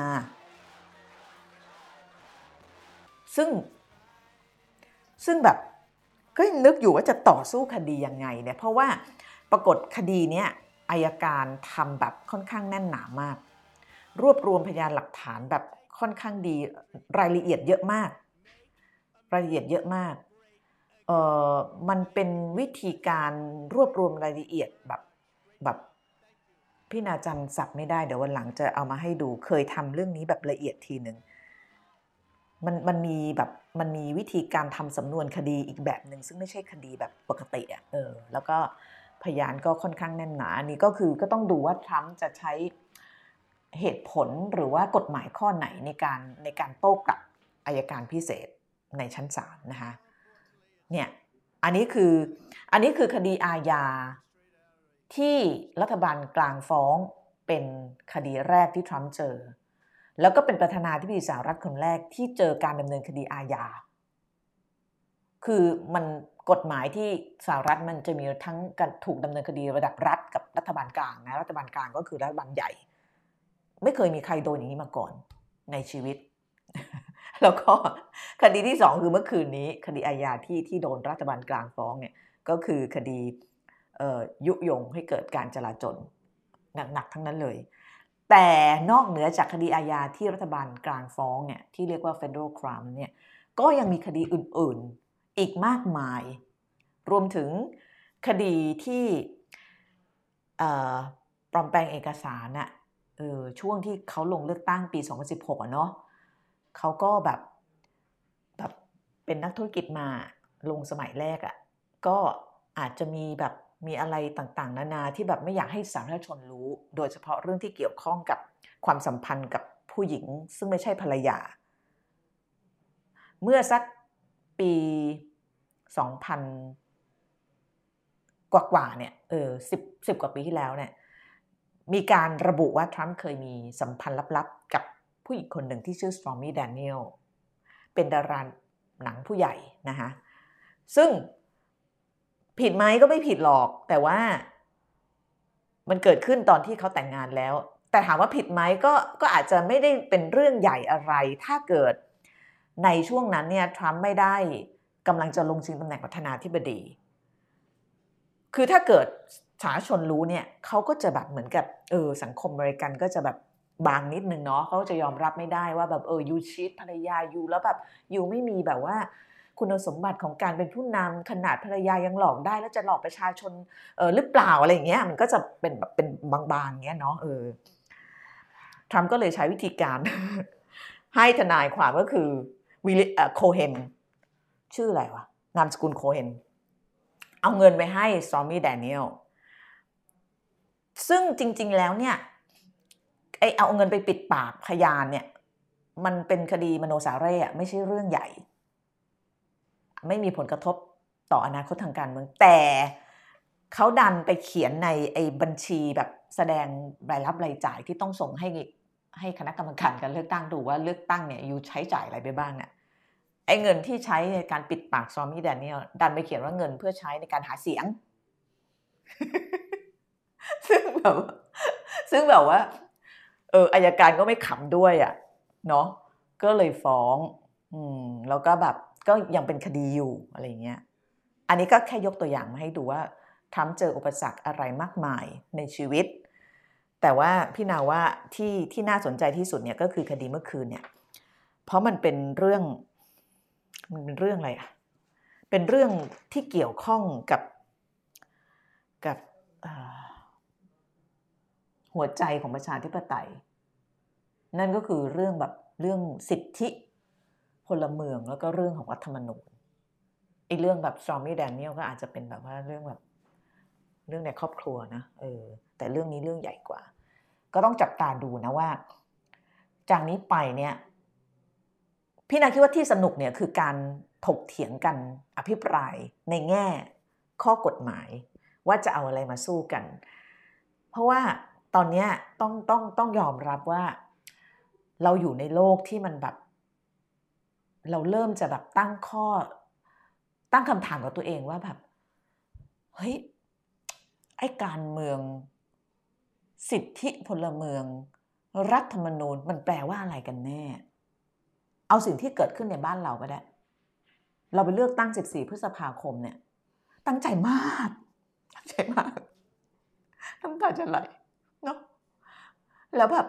ซึ่งซึ่งแบบก็นึกอยู่ว่าจะต่อสู้คดียังไงเนี่ยเพราะว่าปรากฏคดีเนี้ยอัยการทำแบบค่อนข้างแน่นหนามากรวบรวมพยานหลักฐานแบบค่อนข้างดีรายละเอียดเยอะมากรายละเอียดเยอะมากเอ่อมันเป็นวิธีการรวบรวมรายละเอียดแบบแบบพี่นาจำศัพท์ไม่ได้เดี๋ยววันหลังจะเอามาให้ดูเคยทำเรื่องนี้แบบละเอียดทีนึงมันมันมีแบบมันมีวิธีการทำสำนวนคดีอีกแบบหนึ่งซึ่งไม่ใช่คดีแบบปกติอ่ะเออแล้วก็พยานก็ค่อนข้างแน่นหนาอันนี้ก็คือก็ต้องดูว่าทรัมป์จะใช้เหตุผลหรือว่ากฎหมายข้อไหนในการในการโต้กลับอัยการพิเศษในชั้นศาลนะคะเนี่ยอันนี้คืออันนี้คือคดีอาญาที่รัฐบาลกลางฟ้องเป็นคดีแรกที่ทรัมป์เจอแล้วก็เป็นประธานาธิบดีสหรัฐคนแรกที่เจอการดำเนินคดีอาญาคือมันกฎหมายที่สหรัฐมันจะมีทั้งการถูกดำเนินคดีระดับรัฐกับรัฐบาลกลางนะรัฐบาลกลางก็คือรัฐบาลใหญ่ไม่เคยมีใครโดนอย่างนี้มาก่อนในชีวิต แล้วก็คดีที่สองคือเมื่อคืนนี้คดีอาญาที่ที่โดนรัฐบาลกลางฟ้องเนี่ยก็คือคดียุยงให้เกิดการจลาจลหนักๆทั้งนั้นเลยแต่นอกเหนือจากคดีอาญาที่รัฐบาลกลางฟ้องเนี่ยที่เรียกว่า Federal Crime เนี่ยก็ยังมีคดีอื่นๆอีกมากมายรวมถึงคดีที่ปลอมแปลงเอกสารน่ะเออช่วงที่เขาลงเลือกตั้งปีสองพันสิบหกอ่ะเนาะเขาก็แบบแบบเป็นนักธุรกิจมาลงสมัยแรกอ่ะก็อาจจะมีแบบมีอะไรต่างๆนานาที่แบบไม่อยากให้สาธารณชนรู้โดยเฉพาะเรื่องที่เกี่ยวข้องกับความสัมพันธ์กับผู้หญิงซึ่งไม่ใช่ภรรยาเมื่อสักปีสองพันกว่าๆเนี่ยเออสิบ สิบกว่าปีที่แล้วเนี่ยมีการระบุว่าทรัมป์เคยมีสัมพันธ์ลับๆกับผู้หญิงคนหนึ่งที่ชื่อ Stormy Daniels เป็นดาราหนังผู้ใหญ่นะคะซึ่งผิดไหมก็ไม่ผิดหรอกแต่ว่ามันเกิดขึ้นตอนที่เขาแต่งงานแล้วแต่ถามว่าผิดไหมก็ก็อาจจะไม่ได้เป็นเรื่องใหญ่อะไรถ้าเกิดในช่วงนั้นเนี่ยทรัมป์ไม่ได้กำลังจะลงชิงตำแหน่งประธานาธิบดีคือถ้าเกิดสาธารณชนรู้เนี่ยเขาก็จะแบบเหมือนกับเออสังคมอเมริกันก็จะแบบบางนิดนึงเนาะเขาจะยอมรับไม่ได้ว่าแบบเออยูชีทภรรยายูแล้วแบบยูไม่มีแบบว่าคุณสมบัติของการเป็นผู้นำขนาดภรรยายังหลอกได้แล้วจะหลอกประชาชนเออหรือเปล่าอะไรอย่างเงี้ยมันก็จะเป็นแบบเป็นบางๆเงี้ยเนาะเออทรัมป์ก็เลยใช้วิธีการ ให้ทนายความก็คือวิลเอ่อโคเฮนชื่ออะไรวะนามสกุลโคเฮนเอาเงินไปให้ Stormy Daniels ซึ่งจริงๆแล้วเนี่ยไอเอาเงินไปปิดปากพยานเนี่ยมันเป็นคดีมโนสาเร่อะไม่ใช่เรื่องใหญ่ไม่มีผลกระทบต่ออนาคตทางการเมืองแต่เขาดันไปเขียนในไอ้บัญชีแบบแสดงรายรับรายจ่ายที่ต้องส่งให้ให้คณะกรรมการการเลือกตั้งดูว่าเลือกตั้งเนี่ยอยู่ใช้จ่ายอะไรไปบ้างเนี่ยไอ้เงินที่ใช้ในการปิดปากซอมมี่แดเนียลดันไปเขียนว่าเงินเพื่อใช้ในการหาเสียง ซึ่งแบบซึ่งแบบว่าเอออัยการก็ไม่ขำด้วยอ่ะเนาะก็เลยฟ้องอืมแล้วก็แบบก็ยังเป็นคดีอยู่อะไรเงี้ยอันนี้ก็แค่ยกตัวอย่างมาให้ดูว่าทรัมป์เจออุปสรรคอะไรมากมายในชีวิตแต่ว่าพี่นาว่าที่ที่น่าสนใจที่สุดเนี่ยก็คือคดีเมื่อคืนเนี่ยเพราะมันเป็นเรื่องมันเป็นเรื่องอะไรอ่ะเป็นเรื่องที่เกี่ยวข้องกับกับหัวใจของประชาธิปไตยนั่นก็คือเรื่องแบบเรื่องสิทธิพลเมืองแล้วก็เรื่องของรัฐธรรมนูญไอ้เรื่องแบบ Stormy Daniels ก็อาจจะเป็นแบบว่าเรื่องแบบเรื่องในครอบครัวนะเออแต่เรื่องนี้เรื่องใหญ่กว่าก็ต้องจับตาดูนะว่าจากนี้ไปเนี่ยพี่นาคิดว่าที่สนุกเนี่ยคือการถกเถียงกันอภิปรายในแง่ข้อกฎหมายว่าจะเอาอะไรมาสู้กันเพราะว่าตอนนี้ต้องต้องต้องยอมรับว่าเราอยู่ในโลกที่มันแบบเราเริ่มจะแบบตั้งข้อตั้งคำถามกับตัวเองว่าแบบเฮ้ยไอ้การเมืองสิทธิพลเมืองรัฐธรรมนูญมันแปลว่าอะไรกันแน่เอาสิ่งที่เกิดขึ้นในบ้านเราก็ได้เราไปเลือกตั้งสิบสี่พฤษภาคมเนี่ยตั้งใจมากตั้งใจมากน้ำตาจะไหลเนาะแล้วแบบ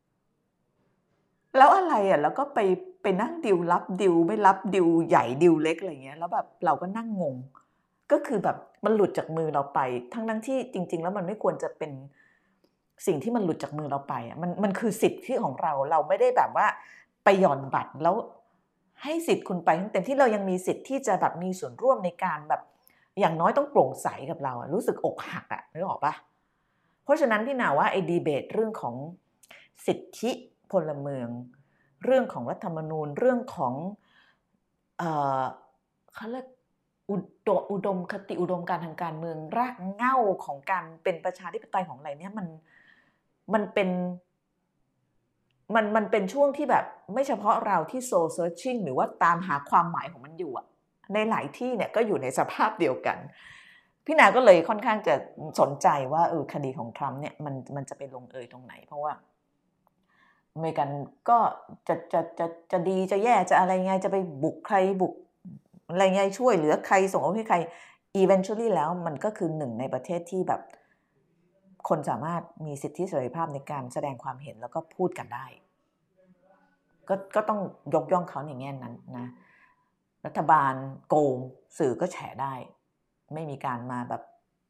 แล้วอะไรอ่ะแล้วก็ไปไปนั่งดิวรับดิวไม่รับดิวใหญ่ดิวเล็กอะไรเงี้ยแล้วแบบเราก็นั่งงงก็คือแบบมันหลุดจากมือเราไปทั้งทั้งที่จริงๆแล้วมันไม่ควรจะเป็นสิ่งที่มันหลุดจากมือเราไปอ่ะมันมันคือสิทธิของเราเราไม่ได้แบบว่าไปหย่อนบัตรแล้วให้สิทธิ์คุณไปทั้งเต็มที่เรายังมีสิทธิ์ที่จะแบบมีส่วนร่วมในการแบบอย่างน้อยต้องโปร่งใสกับเราอ่ะรู้สึกอกหักอ่ะนึกออกปะเพราะฉะนั้นพี่นาว่าไอ้ดีเบตเรื่องของสิทธิพลเมืองเรื่องของรัฐธรรมนูญเรื่องของเอ่อเขาเรียกอุดอุดมคติอุดมการณ์ทางการเมืองรากเหง้าของการเป็นประชาธิปไตยของอะไรเนี่ยมันมันเป็นมันมันเป็นช่วงที่แบบไม่เฉพาะเราที่ soul searching หรือว่าตามหาความหมายของมันอยู่อะในหลายที่เนี่ยก็อยู่ในสภาพเดียวกันพี่นาก็เลยค่อนข้างจะสนใจว่าเออคดีของทรัมป์เนี่ยมันมันจะไปลงเอยตรงไหนเพราะว่าอเมริกันก็จะจะจะจะดีจะแย่จะอะไรไงจะไปบุกใครบุกอะไรไงช่วยเหลือใครส่งอาวุธให้ใคร eventually แล้วมันก็คือหนึ่งในประเทศที่แบบคนสามารถมีสิทธิเสรีภาพในการแสดงความเห็นแล้วก็พูดกันได้ก็ก็ต้องยกย่องเขาในแง่นั้นนะรัฐบาลโกงสื่อก็แฉได้ไม่มีการมาแบบ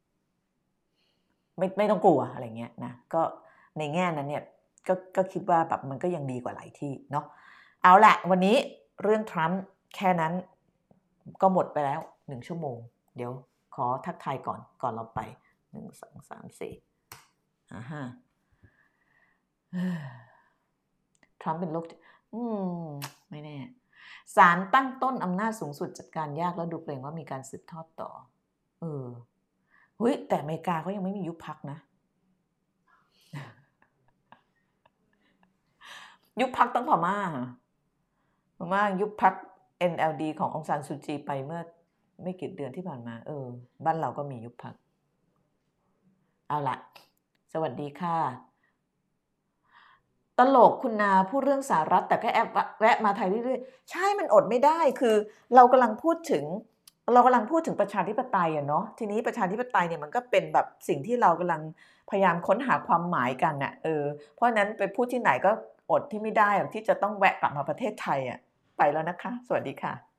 ไม่ไม่ต้องกลัวอะไรเงี้ยนะก็ในแง่นั้นเนี่ยก็ก็คิดว่าแบบมันก็ยังดีกว่าหลายที่เนาะเอาละวันนี้เรื่องทรัมป์แค่นั้นก็หมดไปแล้วหนึ่งชั่วโมงเดี๋ยวขอทักทายก่อนก่อนเราไปหนึ่ง สอง สาม สี่อ่าฮะทรัมป์เป็นโรคอืมไม่แน่ศาลตั้งต้นอำนาจสูงสุดจัดการยากแล้วดูเกรงว่ามีการสืบทอดต่อเออเฮ้ยแต่อเมริกาเขายังไม่มียุบพรรคนะยุบพรรคต้องพม่าพม่ายุบพรรค เอ็น แอล ดี ขององซานซูจีไปเมื่อไม่กี่เดือนที่ผ่านมาเออบ้านเราก็มียุบพรรคเอาล่ะสวัสดีค่ะตลกคุณนาพูดเรื่องสหรัฐแต่ก็แอบแวะมาไทยเรื่อยๆใช่มันอดไม่ได้คือเรากำลังพูดถึงเรากำลังพูดถึงประชาธิปไตยอะเนาะทีนี้ประชาธิปไตยเนี่ยมันก็เป็นแบบสิ่งที่เรากำลังพยายามค้นหาความหมายกันน่ะเออเพราะนั้นไปพูดที่ไหนก็อดที่ไม่ได้ที่จะต้องแวะกลับมาประเทศไทยอะไปแล้วนะคะสวัสดีค่ะ